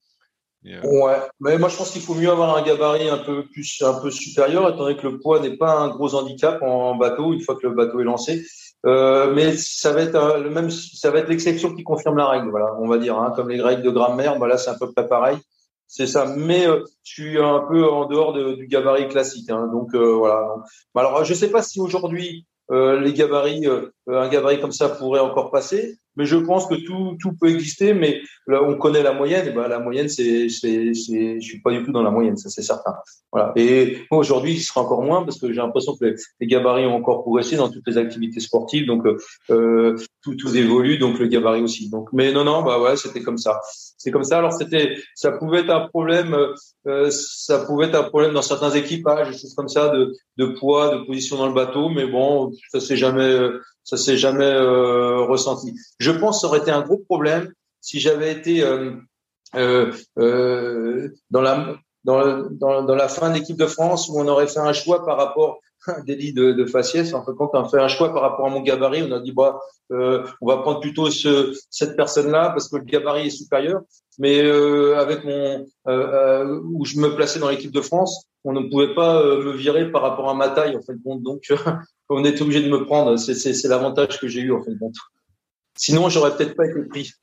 Et, euh... Ouais, mais moi je pense qu'il faut mieux avoir un gabarit un peu plus, un peu supérieur, étant donné que le poids n'est pas un gros handicap en bateau une fois que le bateau est lancé. Euh, mais ça va être euh, le même, ça va être l'exception qui confirme la règle, voilà, on va dire, hein, comme les règles de grammaire. Bah là, c'est à peu près pareil. C'est ça, mais euh, je suis un peu en dehors de, du gabarit classique, hein, donc euh, voilà. Alors, je sais pas si aujourd'hui euh, les gabarits, euh, un gabarit comme ça pourrait encore passer, mais je pense que tout tout peut exister. Mais là, on connaît la moyenne, et ben la moyenne, c'est c'est c'est, je suis pas du tout dans la moyenne, ça c'est certain. Voilà. Et aujourd'hui, il sera encore moins parce que j'ai l'impression que les, les gabarits ont encore progressé dans toutes les activités sportives, donc euh, tout tout évolue, donc le gabarit aussi. Donc, mais non non, bah ouais, c'était comme ça. C'est comme ça. Alors c'était, ça pouvait être un problème, euh, ça pouvait être un problème dans certains équipages, des choses comme ça, de, de poids, de position dans le bateau. Mais bon, ça s'est jamais, ça s'est jamais euh, ressenti. Je pense que ça aurait été un gros problème si j'avais été euh, euh, euh, dans la dans, dans, dans la fin de l'équipe de France où on aurait fait un choix par rapport un délit de, de faciès. En fait, quand on a fait un choix par rapport à mon gabarit, on a dit bah euh, on va prendre plutôt ce, cette personne-là parce que le gabarit est supérieur. Mais euh, avec mon euh, euh, où je me plaçais dans l'équipe de France, on ne pouvait pas euh, me virer par rapport à ma taille en fin de compte. Donc euh, on était obligé de me prendre. C'est, c'est, c'est l'avantage que j'ai eu en fin de compte. Sinon, j'aurais peut-être pas été pris.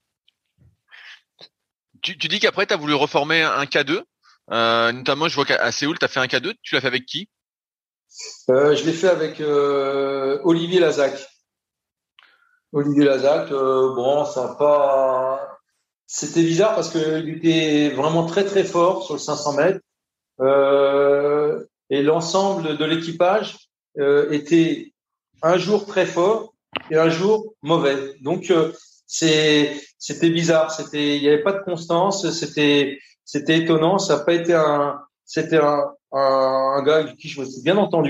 Tu, tu dis qu'après tu as voulu reformer un K deux. Euh, notamment, je vois qu'à Séoul, tu as fait un K deux. Tu l'as fait avec qui? Euh, je l'ai fait avec euh, Olivier Lazac. Olivier Lazac, euh, bon, ça n'a pas. C'était bizarre parce qu'il était vraiment très très fort sur le cinq cents mètres euh, et l'ensemble de l'équipage euh, était un jour très fort et un jour mauvais. Donc euh, c'est c'était bizarre. C'était il n'y avait pas de constance. C'était c'était étonnant. Ça n'a pas été un c'était un, un, un gars avec qui je me suis bien entendu.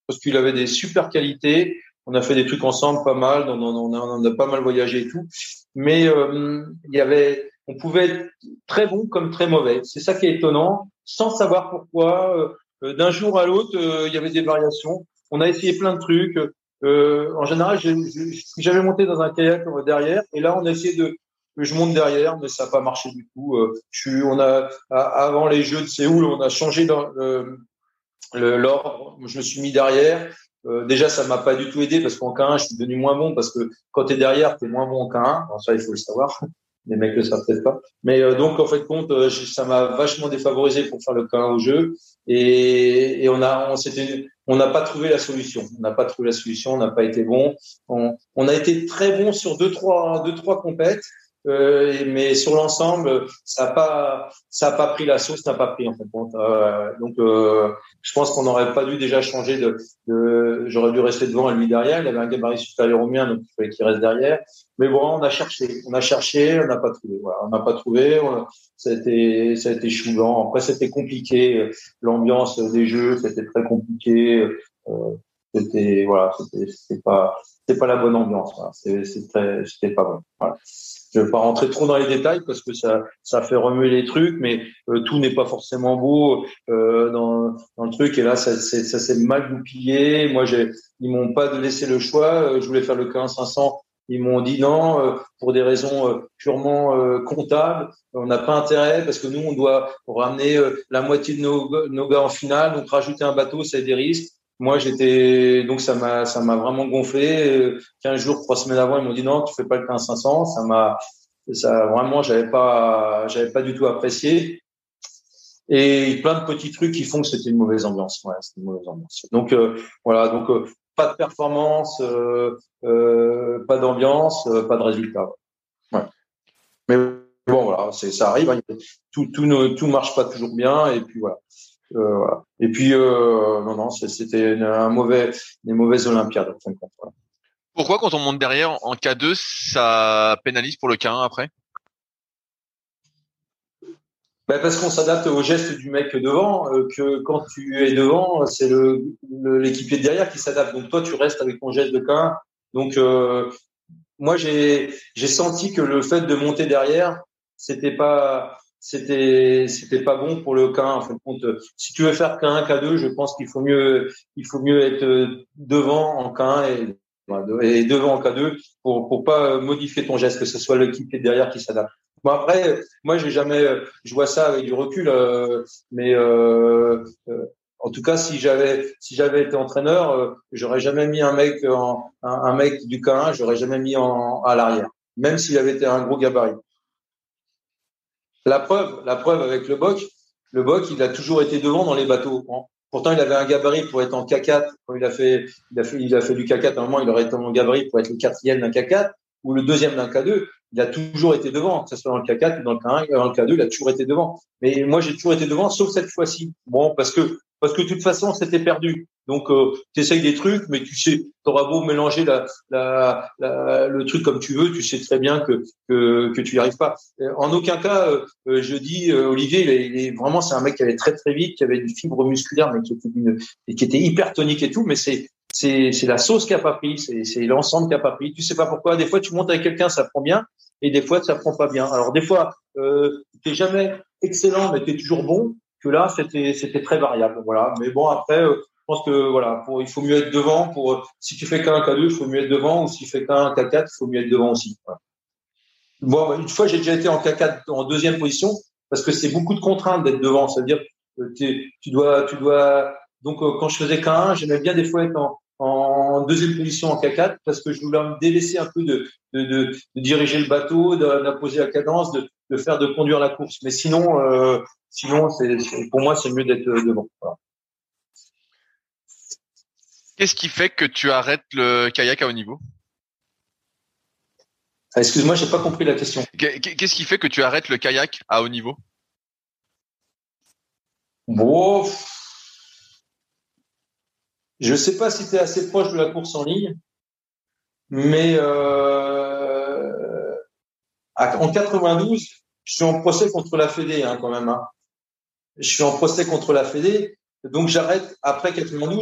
parce qu'il avait des super qualités. On a fait des trucs ensemble, pas mal. On, on, on, a, on a pas mal voyagé et tout. Mais euh, il y avait, on pouvait être très bon comme très mauvais. C'est ça qui est étonnant, sans savoir pourquoi. Euh, d'un jour à l'autre, euh, il y avait des variations. On a essayé plein de trucs. Euh, en général, je suis jamais monté dans un kayak derrière. Et là, on a essayé de je monte derrière, mais ça n'a pas marché du tout. Euh, je suis, on a avant les Jeux de Séoul, on a changé dans le, le l'ordre. Je me suis mis derrière. Euh, déjà, ça m'a pas du tout aidé parce qu'en K un, je suis devenu moins bon parce que quand t'es derrière, t'es moins bon en K un. Alors ça, il faut le savoir. Les mecs le savent peut-être pas. Mais euh, donc, en fait, compte, euh, ça m'a vachement défavorisé pour faire le K un au jeu. Et, et on a, on s'était, on n'a pas trouvé la solution. On n'a pas trouvé la solution. On n'a pas été bon. On, on a été très bon sur deux, trois, deux, trois compètes. Euh, mais sur l'ensemble, ça n'a pas, ça a pas pris la sauce, ça n'a pas pris en fait. Euh, donc, euh, je pense qu'on n'aurait pas dû déjà changer de, de. J'aurais dû rester devant et lui derrière. Il avait un gabarit supérieur au mien, donc il fallait qu'il reste derrière. Mais bon, on a cherché, on a cherché, on n'a pas trouvé. Voilà, on n'a pas trouvé. On a, ça a été, ça a été choulant. Après, c'était compliqué. L'ambiance des jeux, c'était très compliqué. Euh, c'était, voilà, c'était, c'était pas, c'était pas la bonne ambiance. Voilà. C'était, c'était, c'était pas bon. Voilà. Je ne vais pas rentrer trop dans les détails parce que ça, ça fait remuer les trucs, mais euh, tout n'est pas forcément beau euh, dans, dans le truc. Et là, ça, c'est, ça s'est mal goupillé. Moi, j'ai, ils m'ont pas laissé le choix. Je voulais faire le K un cinq cents. Ils m'ont dit non euh, pour des raisons euh, purement euh, comptables. On n'a pas intérêt parce que nous, on doit ramener euh, la moitié de nos, nos gars en finale. Donc, rajouter un bateau, c'est des risques. Moi, j'étais donc ça m'a ça m'a vraiment gonflé. quinze jours, trois semaines avant, ils m'ont dit non, tu fais pas le quinze cinq cents. Ça m'a ça vraiment, j'avais pas j'avais pas du tout apprécié. Et plein de petits trucs qui font que c'était une mauvaise ambiance. Ouais, c'était une mauvaise ambiance. Donc euh, voilà, donc euh, pas de performance, euh, euh, pas d'ambiance, euh, pas de résultat. Ouais. Mais bon, voilà, c'est ça arrive. Hein. Tout tout ne tout marche pas toujours bien. Et puis voilà. Euh, voilà. Et puis euh, non non c'était un mauvais des mauvaises Olympiades en fin de compte. Voilà. Pourquoi quand on monte derrière en K deux ça pénalise pour le K un après? Ben parce qu'on s'adapte au geste du mec devant, euh, que quand tu es devant c'est le, le l'équipier de derrière qui s'adapte, donc toi tu restes avec ton geste de K un. Donc euh, moi j'ai j'ai senti que le fait de monter derrière c'était pas c'était c'était pas bon pour le K un en fin de compte. Si tu veux faire K un K deux, je pense qu'il faut mieux il faut mieux être devant en K un et, et devant en K deux pour pour pas modifier ton geste, que ce soit l'équipe qui est derrière qui s'adapte. Bon après moi j'ai jamais je vois ça avec du recul euh, mais euh, euh, en tout cas si j'avais si j'avais été entraîneur, euh, j'aurais jamais mis un mec en un, un mec du K un, j'aurais jamais mis en à l'arrière, même s'il avait été un gros gabarit. La preuve, la preuve avec le Boc, le Boc, il a toujours été devant dans les bateaux. Pourtant, il avait un gabarit pour être en K quatre. Quand il a fait, il a fait, il a fait du K quatre. À un moment, il aurait été en gabarit pour être le quatrième d'un K quatre ou le deuxième d'un K deux. Il a toujours été devant, que ce soit dans le K quatre ou dans le K un, dans le K deux, il a toujours été devant. Mais moi, j'ai toujours été devant, sauf cette fois-ci. Bon, parce que, parce que de toute façon, c'était perdu. Donc, euh, tu essayes des trucs, mais tu sais, t'auras beau mélanger la, la, la, le truc comme tu veux, tu sais très bien que que, que tu y arrives pas. En aucun cas, euh, je dis euh, Olivier, il est, il est vraiment, c'est un mec qui allait très très vite, qui avait une fibre musculaire, mais qui était une, et qui était hyper tonique et tout. Mais c'est c'est c'est la sauce qui a pas pris, c'est c'est l'ensemble qui a pas pris. Tu sais pas pourquoi. Des fois, tu montes avec quelqu'un, ça prend bien, et des fois, ça prend pas bien. Alors des fois, euh, t'es jamais excellent, mais t'es toujours bon. Que là, c'était c'était très variable. Voilà. Mais bon, après. Euh, Je pense que voilà, pour, il faut mieux être devant. Pour si tu fais qu'un K deux, il faut mieux être devant, ou si tu fais qu'un K quatre, il faut mieux être devant aussi. Voilà. Bon, une fois, j'ai déjà été en K quatre en deuxième position parce que c'est beaucoup de contraintes d'être devant. C'est-à-dire, que tu dois, tu dois. Donc, quand je faisais K un, j'aimais bien des fois être en, en deuxième position en K quatre parce que je voulais me délaisser un peu de, de, de, de diriger le bateau, d'imposer la cadence, de, de faire, de conduire la course. Mais sinon, euh, sinon, c'est, pour moi, c'est mieux d'être devant. Voilà. Qu'est-ce qui fait que tu arrêtes le kayak à haut niveau? Ah, excuse-moi, j'ai pas compris la question. Qu'est-ce qui fait que tu arrêtes le kayak à haut niveau? Bon, je sais pas si tu es assez proche de la course en ligne, mais euh, en quatre-vingt-douze, je suis en procès contre la Fédé hein, quand même. Hein. Je suis en procès contre la Fédé, donc j'arrête après quatre-vingt-douze.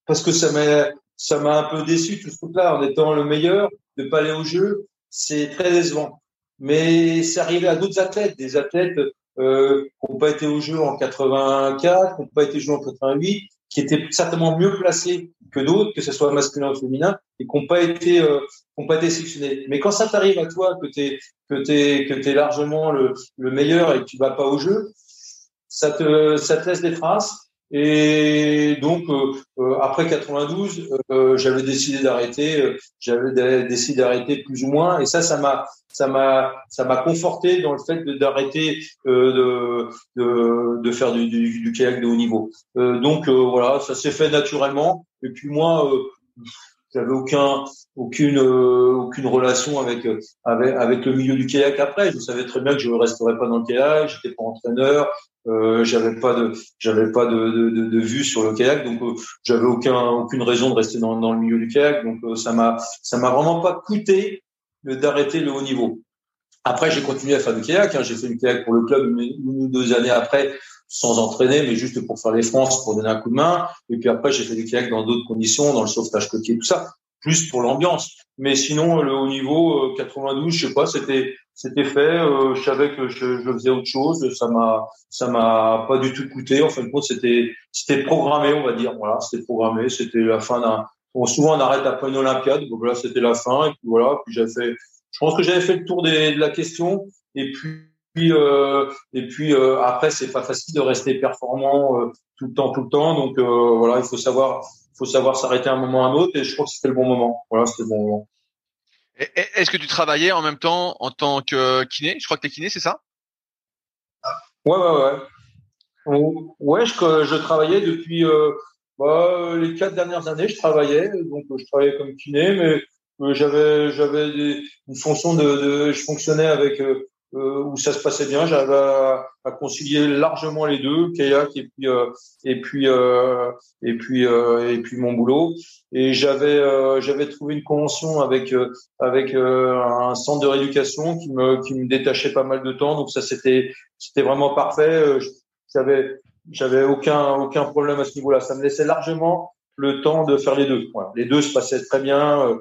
parce que ça m'a, ça m'a un peu déçu tout ce truc-là. En étant le meilleur, de pas aller au jeu, c'est très décevant. Mais c'est arrivé à d'autres athlètes, des athlètes euh, qui n'ont pas été au jeu en quatre-vingt-quatre, qui n'ont pas été au jeu en quatre-vingt-huit, qui étaient certainement mieux placés que d'autres, que ce soit masculin ou féminin, et qui n'ont pas été, euh, qui n'ont pas été sélectionnés. Mais quand ça t'arrive à toi, que t'es, que t'es, que t'es largement le, le meilleur et que tu vas pas au jeu, ça te, ça te laisse des traces. Et donc euh, euh, après quatre-vingt-douze, euh, j'avais décidé d'arrêter, euh, j'avais d- décidé d'arrêter plus ou moins, et ça, ça m'a, ça m'a, ça m'a conforté dans le fait de, d'arrêter euh, de, de, de faire du, du, du kayak de haut niveau. Euh, donc euh, voilà, ça s'est fait naturellement. Et puis moi, euh, j'avais aucun, aucune, euh, aucune relation avec, euh, avec, avec le milieu du kayak après. Je savais très bien que je ne resterais pas dans le kayak, j'étais pas entraîneur. Euh, j'avais pas de, j'avais pas de, de, de, de vue sur le kayak, donc euh, j'avais aucun, aucune raison de rester dans, dans le milieu du kayak. Donc euh, ça m'a, ça m'a vraiment pas coûté euh, d'arrêter le haut niveau. Après, j'ai continué à faire du kayak. Hein. J'ai fait du kayak pour le club une, une ou deux années après, sans entraîner, mais juste pour faire les France, pour donner un coup de main. Et puis après, j'ai fait du kayak dans d'autres conditions, dans le sauvetage côtier, tout ça, plus pour l'ambiance. Mais sinon, le haut niveau, euh, quatre-vingt-douze, je sais pas, c'était c'était fait. Euh, je savais que je, je faisais autre chose. Ça m'a ça m'a pas du tout coûté. En fin de compte, c'était c'était programmé, on va dire. Voilà, c'était programmé. C'était la fin d'un. Bon, souvent, on arrête après une Olympiade. Donc voilà, c'était la fin. Et puis voilà. Puis j'ai fait. Je pense que j'avais fait le tour des, de la question. Et puis euh, et puis euh, après, c'est pas facile de rester performant euh, tout le temps, tout le temps. Donc euh, voilà, il faut savoir. Il faut savoir s'arrêter à un moment ou à un autre, et je crois que c'était le bon moment. Voilà, c'était le bon moment. Est-ce que tu travaillais en même temps en tant que kiné? Je crois que t'es kiné, c'est ça? Ouais, ouais, ouais. Ouais, je, je travaillais depuis euh, bah, les quatre dernières années. Je travaillais, donc je travaillais comme kiné, mais euh, j'avais j'avais des, une fonction de, de, je fonctionnais avec euh, euh, où ça se passait bien. J'avais à, à concilier largement les deux, kayak et puis euh, et puis euh, et puis euh, et puis mon boulot. Et j'avais euh, j'avais trouvé une convention avec euh, avec euh, un centre de rééducation qui me qui me détachait pas mal de temps. Donc ça c'était c'était vraiment parfait. J'avais j'avais aucun aucun problème à ce niveau-là. Ça me laissait largement le temps de faire les deux. Voilà. Les deux se passaient très bien.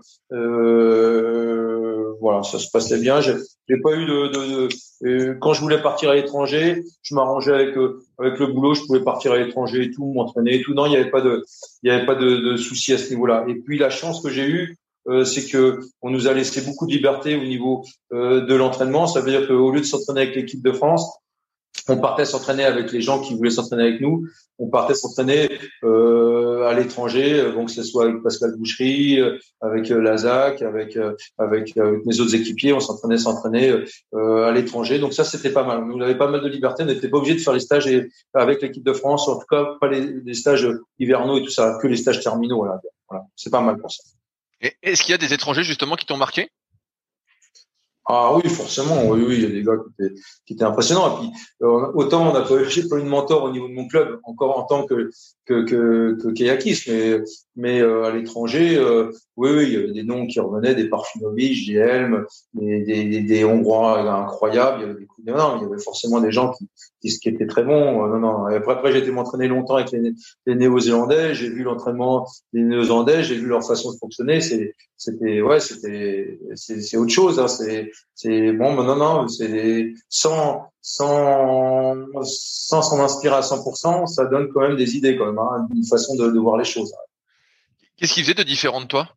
Euh, voilà, ça se passait bien. J'ai, j'ai pas eu de, de, de euh, quand je voulais partir à l'étranger, je m'arrangeais avec euh, avec le boulot. Je pouvais partir à l'étranger et tout, m'entraîner et tout. Non, il y avait pas de il y avait pas de, de soucis à ce niveau-là. Et puis la chance que j'ai eue, euh, c'est que on nous a laissé beaucoup de liberté au niveau euh, de l'entraînement. Ça veut dire qu'au lieu de s'entraîner avec l'équipe de France, on partait s'entraîner avec les gens qui voulaient s'entraîner avec nous. On partait s'entraîner euh, à l'étranger, donc que ce soit avec Pascal Boucherie, avec euh, Lazac, avec euh, avec, euh, avec mes autres équipiers. On s'entraînait, s'entraîner euh, à l'étranger. Donc ça, c'était pas mal. On avait pas mal de liberté. On n'était pas obligé de faire les stages et, avec l'équipe de France. En tout cas, pas les, les stages hivernaux et tout ça, que les stages terminaux. Voilà, voilà. C'est pas mal pour ça. Et est-ce qu'il y a des étrangers justement qui t'ont marqué? Ah oui, forcément, oui, oui, il y a des gars qui étaient, qui étaient impressionnants. Et puis, euh, autant on a pas, j'ai pas eu de mentor au niveau de mon club, encore en tant que que que, que kayakiste, mais mais euh, à l'étranger, euh, oui, oui, il y avait des noms qui revenaient, des Parfinovic, des Helm, des, des, des, des Hongrois incroyables. Il y avait des coups de non, il y avait forcément des gens qui qui, qui étaient très bons. Non, non. Et après, après, j'ai été m'entraîner longtemps avec les, les Néo-Zélandais. J'ai vu l'entraînement des Néo-Zélandais, j'ai vu leur façon de fonctionner. C'est c'était ouais, c'était c'est c'est autre chose. Hein. C'est c'est bon, mais non, non, c'est sans, sans, sans s'en inspirer à cent pour cent, ça donne quand même des idées, quand même, hein, une façon de, de voir les choses. Qu'est-ce qui faisait de différent de toi?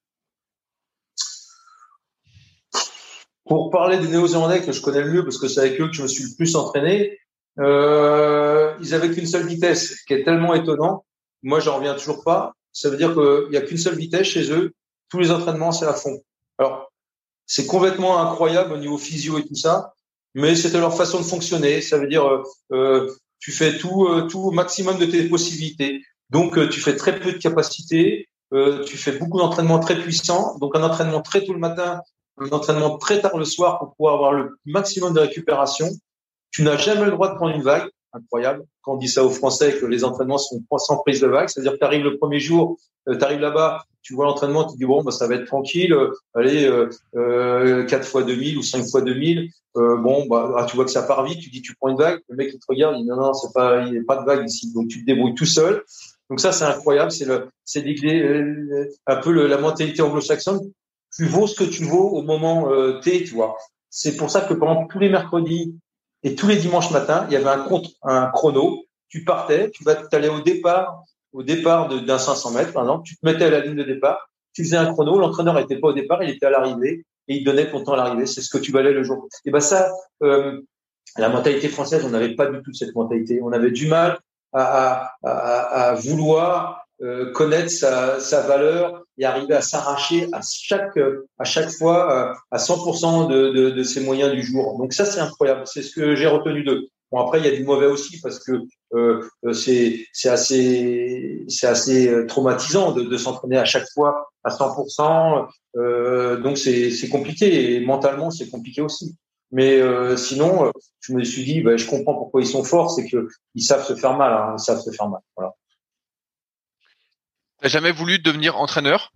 Pour parler des Néo-Zélandais que je connais le mieux, parce que c'est avec eux que je me suis le plus entraîné, euh, ils avaient qu'une seule vitesse, ce qui est tellement étonnant. Moi, j'en reviens toujours pas. Ça veut dire qu'il y a qu'une seule vitesse chez eux. Tous les entraînements, c'est à fond. Alors, c'est complètement incroyable au niveau physio et tout ça, mais c'était leur façon de fonctionner. Ça veut dire, euh, tu fais tout, euh, tout au maximum de tes possibilités. Donc, euh, tu fais très peu de capacité, euh, tu fais beaucoup d'entraînements très puissants. Donc, un entraînement très tôt le matin, un entraînement très tard le soir pour pouvoir avoir le maximum de récupération. Tu n'as jamais le droit de prendre une vague. Incroyable. Quand on dit ça aux Français, que les entraînements sont sans prise de vague, c'est-à-dire que tu arrives le premier jour, euh, tu arrives là-bas, tu vois l'entraînement, tu dis bon, bah, ça va être tranquille, euh, allez, euh, euh, quatre fois deux mille ou cinq fois deux mille, euh, bon, bah, ah, tu vois que ça part vite, tu dis tu prends une vague, le mec il te regarde, il dit non, non, c'est pas, il n'y a pas de vague ici, donc tu te débrouilles tout seul. Donc ça, c'est incroyable. C'est le, c'est euh, un peu le, la mentalité anglo-saxonne. Tu vaux ce que tu vaux au moment euh, T, tu vois. C'est pour ça que pendant tous les mercredis et tous les dimanches matins, il y avait un compte, un chrono. Tu partais, tu vas, t'allais au départ, au départ de, d'un cinq cents mètres, par exemple. Tu te mettais à la ligne de départ. Tu faisais un chrono. L'entraîneur n'était pas au départ, il était à l'arrivée et il donnait ton temps à l'arrivée. C'est ce que tu valais le jour. Et ben ça, euh, la mentalité française, on n'avait pas du tout cette mentalité. On avait du mal à, à, à, à vouloir euh, connaître sa, sa valeur et arriver à s'arracher à chaque à chaque fois à cent pour cent de, de, de ses moyens du jour. Donc ça, c'est incroyable. C'est ce que j'ai retenu d'eux. Bon, après, il y a du mauvais aussi parce que euh, c'est c'est assez c'est assez traumatisant de, de s'entraîner à chaque fois à cent pour cent. Euh, donc c'est c'est compliqué et mentalement c'est compliqué aussi. Mais euh, sinon, je me suis dit, bah, je comprends pourquoi ils sont forts, c'est que ils savent se faire mal, hein, ils savent se faire mal. Voilà. T'as jamais voulu devenir entraîneur?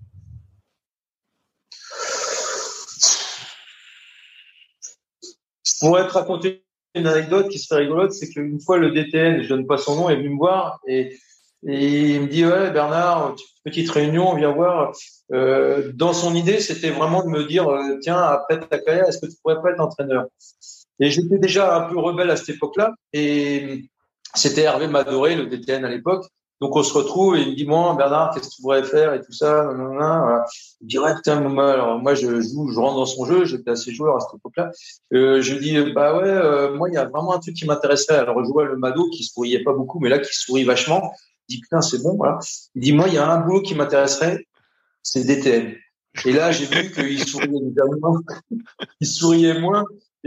Je pourrais te raconter une anecdote qui serait rigolote, c'est qu'une fois le D T N, je donne pas son nom, est venu me voir et, et il me dit, ouais Bernard, petite réunion, viens voir. Euh, dans son idée, c'était vraiment de me dire, euh, tiens, après ta carrière, est-ce que tu pourrais pas être entraîneur? Et j'étais déjà un peu rebelle à cette époque-là. Et c'était Hervé Madoré, le D T N à l'époque. Donc on se retrouve et il me dit, moi Bernard, qu'est-ce que tu pourrais faire et tout ça. Voilà. Il me dit, ouais, putain, moi, alors moi je joue, je rentre dans son jeu. J'étais assez joueur à cette époque-là. Euh, je dis, bah ouais, euh, moi il y a vraiment un truc qui m'intéresserait. Alors je vois le Mado qui souriait pas beaucoup, mais là qui sourit vachement. Il dit, putain, c'est bon, voilà. Il dit, moi il y a un boulot qui m'intéresserait, c'est le D T N. Et là j'ai vu qu'il souriait moins. Il souriait moins.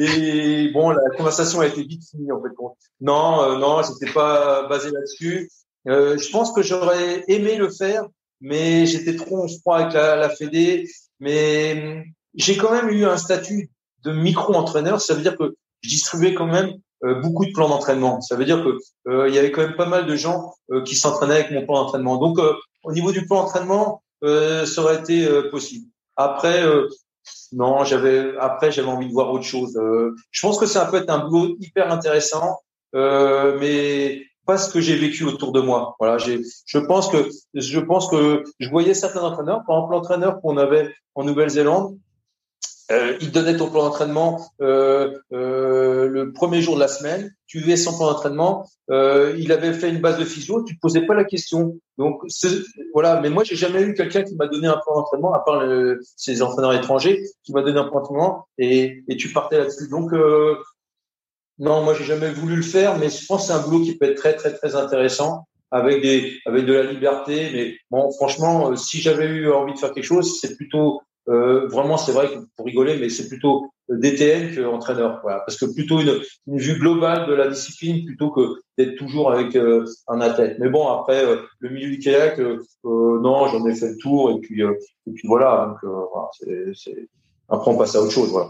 Et bon, la conversation a été vite finie en fait. Non, euh, non, j'étais pas basé là-dessus. Euh, je pense que j'aurais aimé le faire, mais j'étais trop en froid avec la, la Fédé. Mais j'ai quand même eu un statut de micro-entraîneur. Ça veut dire que je distribuais quand même euh, beaucoup de plans d'entraînement. Ça veut dire que euh, il y avait quand même pas mal de gens euh, qui s'entraînaient avec mon plan d'entraînement. Donc, euh, au niveau du plan d'entraînement, euh, ça aurait été euh, possible. Après. Euh, Non, j'avais après j'avais envie de voir autre chose. Euh, je pense que ça peut être un boulot hyper intéressant, euh, mais pas ce que j'ai vécu autour de moi. Voilà, j'ai, je pense que je pense que je voyais certains entraîneurs, par exemple l'entraîneur qu'on avait en Nouvelle-Zélande. Euh, il donnait ton plan d'entraînement euh, euh, le premier jour de la semaine. Tu faisais son plan d'entraînement. Euh, il avait fait une base de physio. Tu te posais pas la question. Donc voilà. Mais moi, j'ai jamais eu quelqu'un qui m'a donné un plan d'entraînement, à part le, ces entraîneurs étrangers, qui m'a donné un plan d'entraînement et, et tu partais là-dessus. Donc euh, non, moi, j'ai jamais voulu le faire, mais je pense que c'est un boulot qui peut être très très très intéressant avec des avec de la liberté. Mais bon, franchement, si j'avais eu envie de faire quelque chose, c'est plutôt Euh, vraiment, c'est vrai que pour rigoler, mais c'est plutôt D T N qu'entraîneur, voilà, parce que plutôt une, une vue globale de la discipline plutôt que d'être toujours avec euh, un athlète. Mais bon, après euh, le milieu du kayak, euh, euh, non, j'en ai fait le tour et puis euh, et puis voilà. Donc euh, voilà, c'est, c'est... après on passe à autre chose, voilà.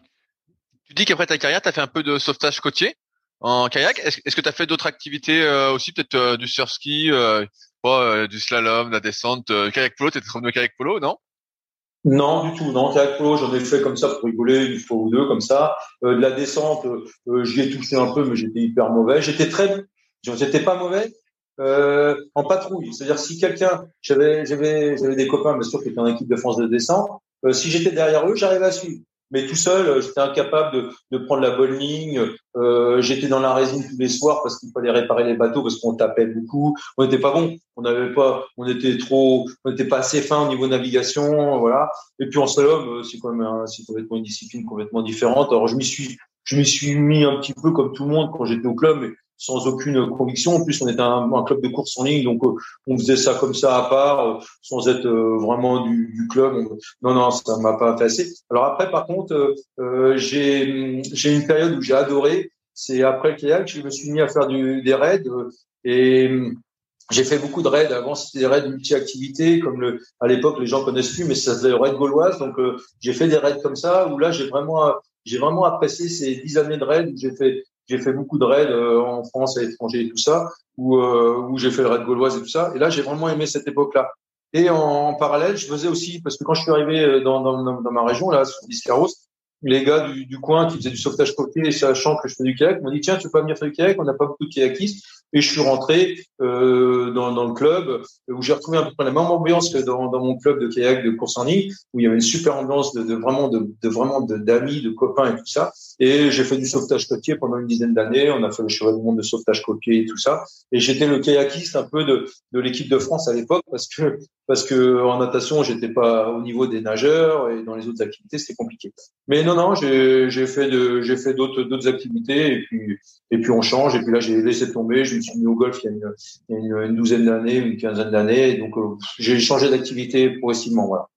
Tu dis qu'après ta carrière, tu as fait un peu de sauvetage côtier en kayak. Est-ce, est-ce que tu as fait d'autres activités euh, aussi, peut-être euh, du surf-ski, euh, pas, euh, du slalom, de la descente, euh, kayak polo? T'es revenu au kayak polo, non? Non, du tout. Non, kayak polo, j'en ai fait comme ça pour rigoler une fois ou deux, comme ça. Euh, de la descente, euh, j'y ai touché un peu, mais j'étais hyper mauvais. J'étais très, j'étais pas mauvais euh, en patrouille. C'est-à-dire si quelqu'un, j'avais, j'avais, j'avais des copains, bien sûr, qui étaient en équipe de France de descente. Euh, si j'étais derrière eux, j'arrivais à suivre. Mais tout seul, j'étais incapable de, de prendre la bonne ligne. Euh, j'étais dans la résine tous les soirs parce qu'il fallait réparer les bateaux parce qu'on tapait beaucoup. On n'était pas bon. On n'avait pas, on était trop, on n'était pas assez fin au niveau navigation, voilà. Et puis en slalom, c'est quand même, un, c'est complètement une discipline complètement différente. Alors je m'y suis, je m'y suis mis un petit peu comme tout le monde quand j'étais au club, mais sans aucune conviction. En plus, on était un, un club de course en ligne, donc euh, on faisait ça comme ça à part, euh, sans être euh, vraiment du, du club. On... Non, non, ça m'a pas intéressé. Alors après, par contre, euh, euh, j'ai, j'ai une période où j'ai adoré. C'est après le kayak, je me suis mis à faire du, des raids euh, et j'ai fait beaucoup de raids. Avant, c'était des raids multi-activités, comme le, à l'époque, les gens connaissent plus, mais ça s'appelait le raid gauloise. Donc, euh, j'ai fait des raids comme ça, où là, j'ai vraiment, j'ai vraiment apprécié ces dix années de raids où j'ai fait, j'ai fait beaucoup de raids euh, en France, à l'étranger et tout ça, où, euh, où j'ai fait le raid gauloise et tout ça. Et là, j'ai vraiment aimé cette époque-là. Et en, en parallèle, je faisais aussi, parce que quand je suis arrivé dans, dans, dans ma région, là, sur Biscarrosse, les gars du, du coin qui faisaient du sauvetage côtier, sachant que je fais du kayak, m'ont dit, tiens, tu peux pas venir faire du kayak? On n'a pas beaucoup de kayakistes. Et je suis rentré euh, dans, dans le club où j'ai retrouvé un peu la même ambiance que dans, dans mon club de kayak de course en ligne, où il y avait une super ambiance de, de vraiment de, de vraiment de, d'amis, de copains et tout ça. Et j'ai fait du sauvetage côtier pendant une dizaine d'années. On a fait le cheval du monde de sauvetage côtier et tout ça. Et j'étais le kayakiste un peu de, de l'équipe de France à l'époque parce que parce que en natation j'étais pas au niveau des nageurs et dans les autres activités c'était compliqué. Mais non non j'ai j'ai fait de j'ai fait d'autres d'autres activités et puis et puis on change et puis là j'ai laissé tomber. Je me suis mis au golf il y a une, il y a une, une douzaine d'années, une quinzaine d'années. Donc euh, j'ai changé d'activité progressivement. Voilà.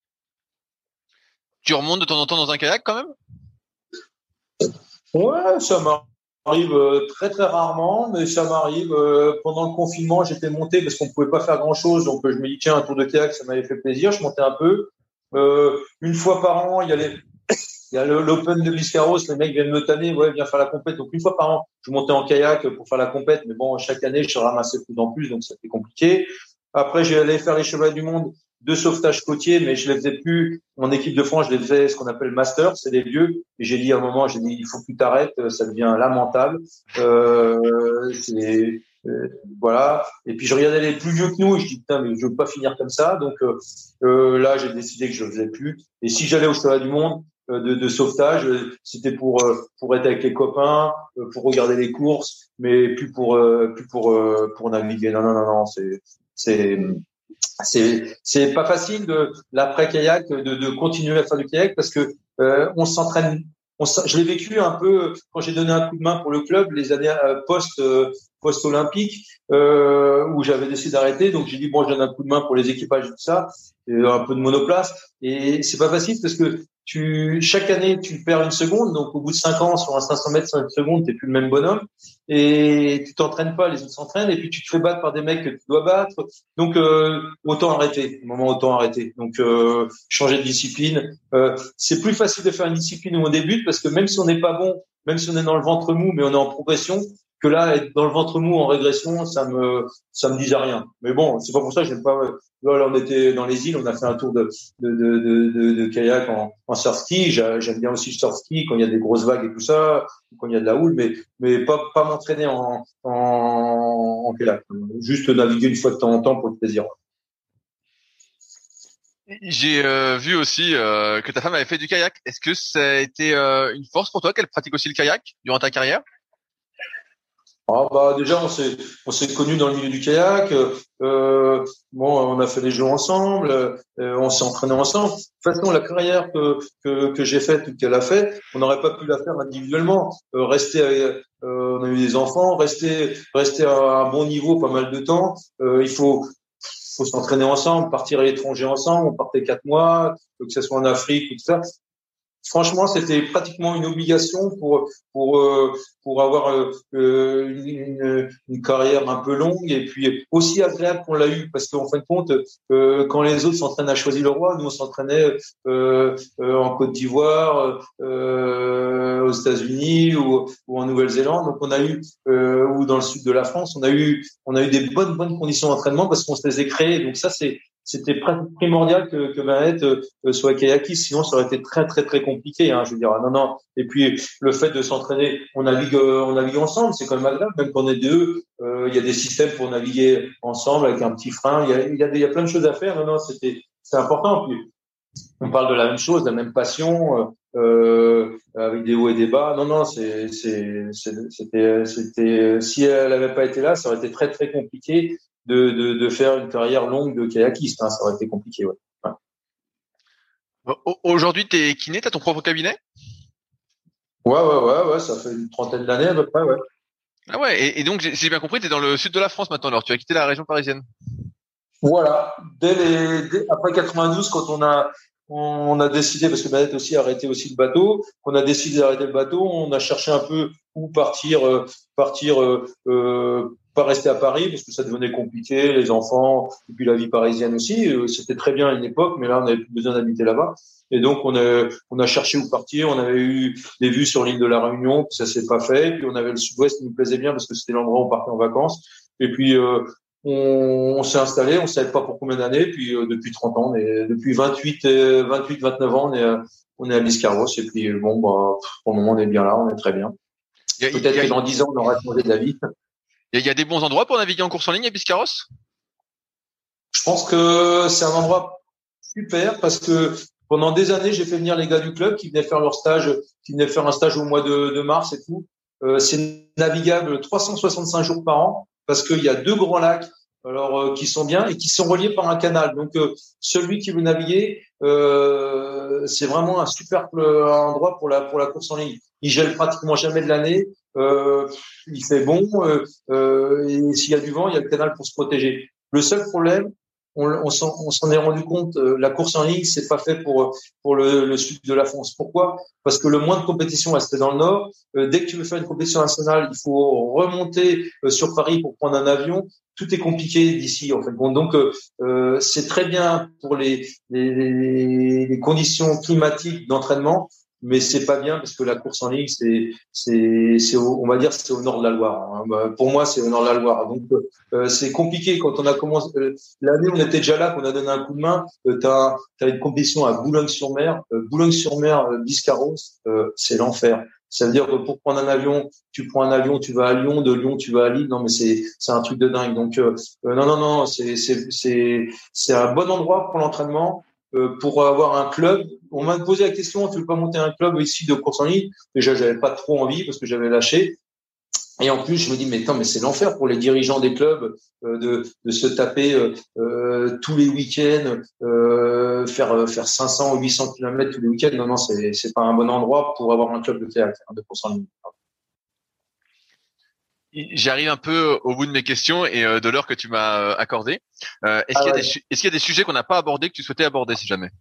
Tu remontes de temps en temps dans un kayak quand même? Ouais, ça m'arrive euh, très très rarement, mais ça m'arrive. Euh, pendant le confinement, j'étais monté parce qu'on pouvait pas faire grand chose, donc euh, je me dis tiens un tour de kayak, ça m'avait fait plaisir. Je montais un peu. Euh, une fois par an, il y a les, il y a le- l'Open de Biscarrosse, les mecs viennent me tanner, ouais, viens faire la compète. Donc une fois par an, je montais en kayak pour faire la compète, mais bon, chaque année, je ramassais plus en plus, donc c'était compliqué. Après, j'ai allé faire les chevaliers du monde de sauvetage côtier, mais je les faisais plus en équipe de France, je les faisais ce qu'on appelle master, c'est des vieux. Et j'ai dit à un moment, j'ai dit, il faut que tu t'arrêtes, ça devient lamentable. Euh, c'est, euh, voilà. Et puis je regardais les plus vieux que nous, et je dis putain, mais je veux pas finir comme ça. Donc euh, euh, là, j'ai décidé que je le faisais plus. Et si j'allais au cheval du monde euh, de, de sauvetage, euh, c'était pour euh, pour être avec les copains, euh, pour regarder les courses, mais plus pour euh, plus pour euh, pour naviguer. Non, non, non, non, c'est c'est c'est c'est pas facile de l'après kayak de, de continuer à faire du kayak parce que euh, on s'entraîne. On, s- je l'ai vécu un peu quand j'ai donné un coup de main pour le club les années euh, post euh, post olympique euh, où j'avais décidé d'arrêter. Donc j'ai dit bon, je donne un coup de main pour les équipages et tout ça, et un peu de monoplace. Et c'est pas facile parce que tu chaque année tu perds une seconde. Donc au bout de cinq ans sur un cinq cents mètres, cinq secondes, t'es plus le même bonhomme et tu t'entraînes pas, les autres s'entraînent et puis tu te fais battre par des mecs que tu dois battre. Donc euh, autant arrêter, au moment autant arrêter. Donc euh, changer de discipline. Euh, c'est plus facile de faire une discipline où on débute parce que même si on n'est pas bon, même si on est dans le ventre mou, mais on est en progression, que là être dans le ventre mou en régression, ça me ça me disait rien. Mais bon, c'est pas pour ça que j'aime pas. Là, on était dans les îles, on a fait un tour de de de de, de, de kayak en, en surf ski. J'a- J'aime bien aussi le surf ski quand il y a des grosses vagues et tout ça, quand il y a de la houle, mais mais pas pas m'entraîner en en, en kayak. Juste naviguer une fois de temps en temps pour le plaisir. J'ai euh, vu aussi euh, que ta femme avait fait du kayak. Est-ce que ça a été euh, une force pour toi qu'elle pratique aussi le kayak durant ta carrière? Ah bah déjà on s'est on s'est connus dans le milieu du kayak. Euh, bon, on a fait des jeux ensemble, euh, on s'est entraîné ensemble. De toute façon, la carrière que que, que j'ai faite ou qu'elle a fait, on n'aurait pas pu la faire individuellement. Euh, rester, euh, on a eu des enfants, rester rester à un bon niveau pas mal de temps. Euh, il faut faut s'entraîner ensemble, partir à l'étranger ensemble. On partait quatre mois, que ce soit en Afrique ou tout ça. Franchement, c'était pratiquement une obligation pour pour euh, pour avoir euh, euh, une, une carrière un peu longue et puis aussi agréable qu'on l'a eu parce qu'en fin de compte, euh, quand les autres s'entraînent à Choisy-le-Roi, nous on s'entraînait euh, euh, en Côte d'Ivoire, euh, aux États-Unis ou, ou en Nouvelle-Zélande. Donc on a eu euh, ou dans le sud de la France, on a eu on a eu des bonnes bonnes conditions d'entraînement parce qu'on se les a créées. Donc ça c'est c'était primordial que, que Maët euh, soit kayakiste, sinon ça aurait été très très très compliqué. Hein, je veux dire, ah, non non. Et puis le fait de s'entraîner, on navigue, euh, on navigue ensemble, c'est quand même agréable. Même quand on est deux, euh, il y a des systèmes pour naviguer ensemble avec un petit frein. Il y a, il y a, des, il y a plein de choses à faire. Non non, c'était c'est important. Puis on parle de la même chose, de la même passion, euh, avec des hauts et des bas. Non non, c'est c'est c'est- c'était c'était si elle avait pas été là, ça aurait été très très compliqué de, de, de faire une carrière longue de kayakiste. Hein, ça aurait été compliqué, ouais. Ouais, Au- Aujourd'hui, t'es kiné, t'as ton propre cabinet? ouais, ouais, ouais, ouais, ça fait une trentaine d'années à peu près, ouais. Ah ouais, et, et donc j'ai si j'ai bien compris, t'es dans le sud de la France maintenant, alors tu as quitté la région parisienne. Voilà. Dès les, dès- après quatre-vingt-douze, quand on a, on a décidé, parce que Manette aussi a arrêté aussi le bateau, qu'on a décidé d'arrêter le bateau, on a cherché un peu où partir, euh, partir, euh, euh, pas rester à Paris, parce que ça devenait compliqué, les enfants, et puis la vie parisienne aussi. Euh, C'était très bien à une époque, mais là, on n'avait plus besoin d'habiter là-bas. Et donc, on a, on a cherché où partir. On avait eu des vues sur l'île de la Réunion, puis ça s'est pas fait. Puis on avait le sud-ouest qui nous plaisait bien parce que c'était l'endroit où on partait en vacances. Et puis, euh, on, on s'est installé, on savait pas pour combien d'années, puis euh, depuis trente ans, on est, depuis vingt-huit, euh, vingt-huit, vingt-neuf ans, on est, euh, on est à Biscarrosse, et puis bon, bah, pour le moment, on est bien là, on est très bien. Il y a, il y Peut-être a- que dans dix ans, on aura changé de la vie. Il y, y a des bons endroits pour naviguer en course en ligne à Biscarrosse? Je pense que c'est un endroit super parce que pendant des années, j'ai fait venir les gars du club qui venaient faire leur stage, qui venaient faire un stage au mois de, de mars et tout. Euh, c'est navigable trois cent soixante-cinq jours par an parce qu'il y a deux grands lacs alors euh, qui sont bien et qui sont reliés par un canal. Donc euh, celui qui veut naviguer, euh, c'est vraiment un super endroit pour la pour la course en ligne. Il gèle pratiquement jamais de l'année. Euh, il fait bon euh, euh, et s'il y a du vent, il y a le canal pour se protéger. Le seul problème, on, on s'en, on s'en est rendu compte, euh, la course en ligne, c'est pas fait pour pour le, le sud de la France. Pourquoi? Parce que le moins de compétition reste dans le nord. Euh, dès que tu veux faire une compétition nationale, il faut remonter euh, sur Paris pour prendre un avion. Tout est compliqué d'ici, en fait. Bon, donc euh, c'est très bien pour les, les, les, les conditions climatiques d'entraînement, mais c'est pas bien parce que la course en ligne, c'est, c'est, c'est au, on va dire, c'est au nord de la Loire. Hein. Pour moi, c'est au nord de la Loire. Donc, euh, c'est compliqué quand on a commencé. Euh, l'année, on était déjà là, qu'on a donné un coup de main. Euh, t'as, t'as une compétition à Boulogne-sur-Mer, euh, Boulogne-sur-Mer, euh, Biscarrosse, euh, c'est l'enfer. Ça veut dire que pour prendre un avion, tu prends un avion, tu vas à Lyon, de Lyon, tu vas à Lille. Non, mais c'est, c'est un truc de dingue. Donc, euh, non, non, non, c'est, c'est, c'est, c'est un bon endroit pour l'entraînement. Euh, pour avoir un club, on m'a posé la question, tu veux pas monter un club ici de course en ligne? Déjà, j'avais pas trop envie parce que j'avais lâché. Et en plus, je me dis, mais attends, mais c'est l'enfer pour les dirigeants des clubs euh, de, de se taper euh, euh, tous les week-ends, euh, faire faire cinq cents ou huit cents kilomètres tous les week-ends. Non, non, c'est c'est pas un bon endroit pour avoir un club de kayak de course en ligne. J'arrive un peu au bout de mes questions et euh, de l'heure que tu m'as accordé. Euh, est-ce Ah qu'il y a ouais. des, est-ce qu'il y a des sujets qu'on n'a pas abordés que tu souhaitais aborder si jamais?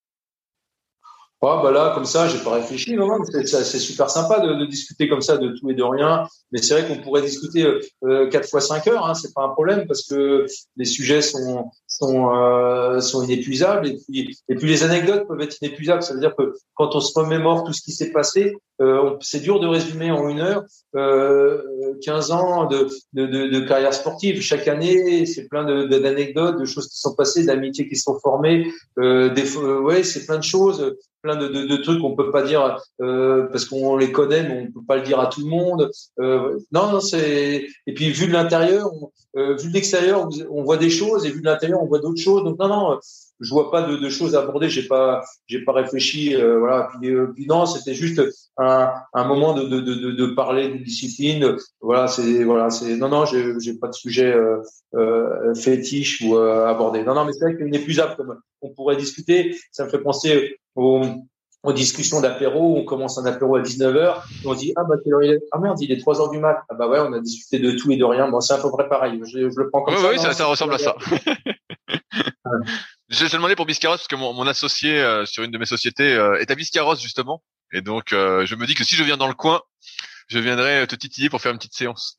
Ah, bah là, comme ça, j'ai pas réfléchi. Non, non, c'est, c'est c'est super sympa de, de discuter comme ça de tout et de rien. Mais c'est vrai qu'on pourrait discuter euh, quatre fois cinq heures. Hein, c'est pas un problème parce que les sujets sont sont euh, sont inépuisables et puis et puis les anecdotes peuvent être inépuisables. Ça veut dire que quand on se remémore tout ce qui s'est passé, euh, on, c'est dur de résumer en une heure euh, quinze ans de, de de de carrière sportive. Chaque année, c'est plein de, de d'anecdotes, de choses qui sont passées, d'amitiés qui sont formées. Euh, des euh, ouais, c'est plein de choses. Plein de, de, de trucs qu'on peut pas dire euh, parce qu'on les connaît, mais on peut pas le dire à tout le monde. Euh, non, non, c'est et puis vu de l'intérieur, on, euh, vu de l'extérieur, on voit des choses et vu de l'intérieur, on voit d'autres choses. Donc non, non, je vois pas de, de choses à aborder. J'ai pas, j'ai pas réfléchi. Euh, voilà. Puis, euh, puis non, c'était juste un, un moment de, de, de, de parler d'une discipline. Voilà, c'est voilà, c'est non, non, j'ai, j'ai pas de sujet euh, euh, fétiche ou euh, abordé. Non, non, mais c'est vrai qu'il est inépuisable comme on pourrait discuter. Ça me fait penser aux, aux discussions d'apéro où on commence un apéro à dix-neuf heures et on dit ah bah quelle heure il est, ah merde il est trois heures du mat, ah bah ouais on a discuté de tout et de rien. Bon, c'est à peu près pareil, je, je le prends comme Oui, ça. oui, Non, ça, ça ressemble à ça. Ouais. Je te demandais pour Biscarrosse parce que mon, mon associé euh, sur une de mes sociétés euh, est à Biscarrosse justement, et donc euh, je me dis que si je viens dans le coin, je viendrai te titiller pour faire une petite séance.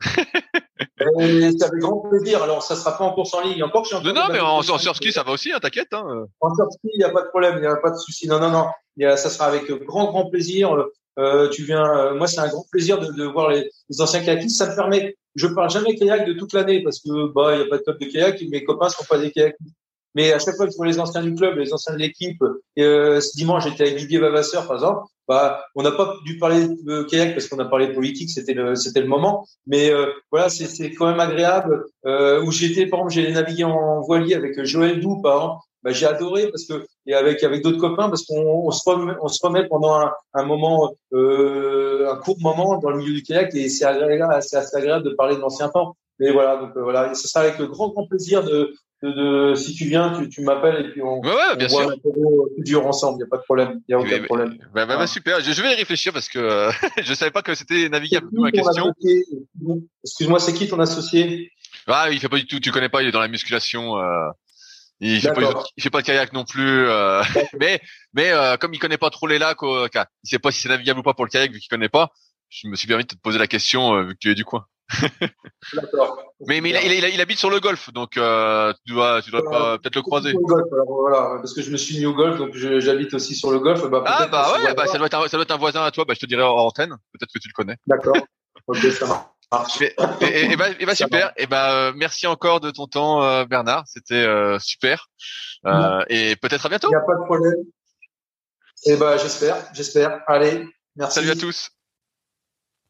Et c'est avec grand plaisir. Alors ça sera pas en course en ligne, encore que j'ai Non, encore non, des mais bateaux en, en de course en surski ligne. ça va aussi, hein, t'inquiète. Hein. En sortie, il n'y a pas de problème, il n'y a pas de souci. Non, non, non. Il y a, ça sera avec grand, grand plaisir. Euh, tu viens. Euh, moi, c'est un grand plaisir de, de voir les, les anciens kayakistes. Ça me permet. Je parle jamais kayak de toute l'année parce que bah il y a pas de club de kayak. Mes copains sont pas des kayakistes. Mais à chaque fois que je vois les anciens du club, les anciens de l'équipe, et euh, ce dimanche j'étais avec Didier Vavasseur par exemple, bah on n'a pas dû parler de kayak parce qu'on a parlé politique, c'était le c'était le moment. Mais euh, voilà, c'est c'est quand même agréable. Euh, où j'étais, par exemple, j'ai navigué en voilier avec Joël Doux, par exemple. Bah, j'ai adoré parce que et avec avec d'autres copains parce qu'on on se remet, on se remet pendant un, un moment euh, un court moment dans le milieu du kayak et c'est agréable, c'est assez agréable de parler de l'ancien temps. Mais voilà, donc euh, voilà, et ce sera avec grand grand plaisir de de, de si tu viens, tu, tu m'appelles et puis on, Ouais, ouais, on bien voit sûr. un apéro plus dur ensemble. Il y a pas de problème, il y a aucun Mais- problème. Bah, bah, bah, Voilà. super. Je, je vais y réfléchir parce que euh, je savais pas que c'était C'est navigable qui ma ton question. associé? Excuse-moi, c'est qui ton associé? Ah, il fait pas du tout. Tu connais pas. Il est dans la musculation. Euh, il fait pas, du tout- D'accord. il fait pas de kayak non plus. Euh, mais mais euh, comme il connaît pas trop les lacs, euh, il sait pas si c'est navigable ou pas pour le kayak vu qu'il connaît pas. Je me suis permis de te poser la question euh, vu que tu es du coin. D'accord. Mais mais il, il, il, il habite sur le golfe, donc euh, tu dois tu dois Euh, pas peut-être le croiser. au golf, alors voilà, parce que je me suis mis au golf, donc je- j'habite aussi sur le golf. Bah Ah peut-être qu'on bah se ouais, voit bah ça là-bas. doit être un, ça doit être un voisin à toi. Bah je te dirai en antenne. Peut-être que tu le connais. D'accord. Ok, ça marche. Et, et, et bah, et bah Ça marche. super. Et bah euh, merci encore de ton temps, euh, Bernard. C'était euh, super. Euh, et peut-être à Il bientôt. n'y a pas de problème. Et ben j'espère, j'espère. Allez, Salut à merci. tous.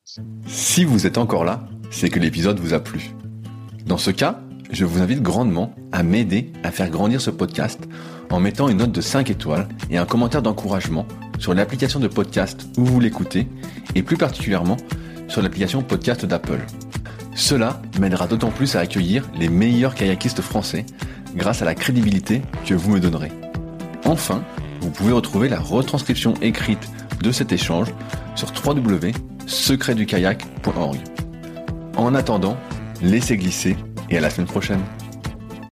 Si vous êtes encore là, c'est que l'épisode vous a plu. Dans ce cas, je vous invite grandement à m'aider à faire grandir ce podcast en mettant une note de cinq étoiles et un commentaire d'encouragement sur l'application de podcast où vous l'écoutez et plus particulièrement sur l'application podcast d'Apple. Cela m'aidera d'autant plus à accueillir les meilleurs kayakistes français grâce à la crédibilité que vous me donnerez. Enfin, vous pouvez retrouver la retranscription écrite de cet échange sur w w w point secret du kayak point org. En attendant, laissez glisser et à la semaine prochaine.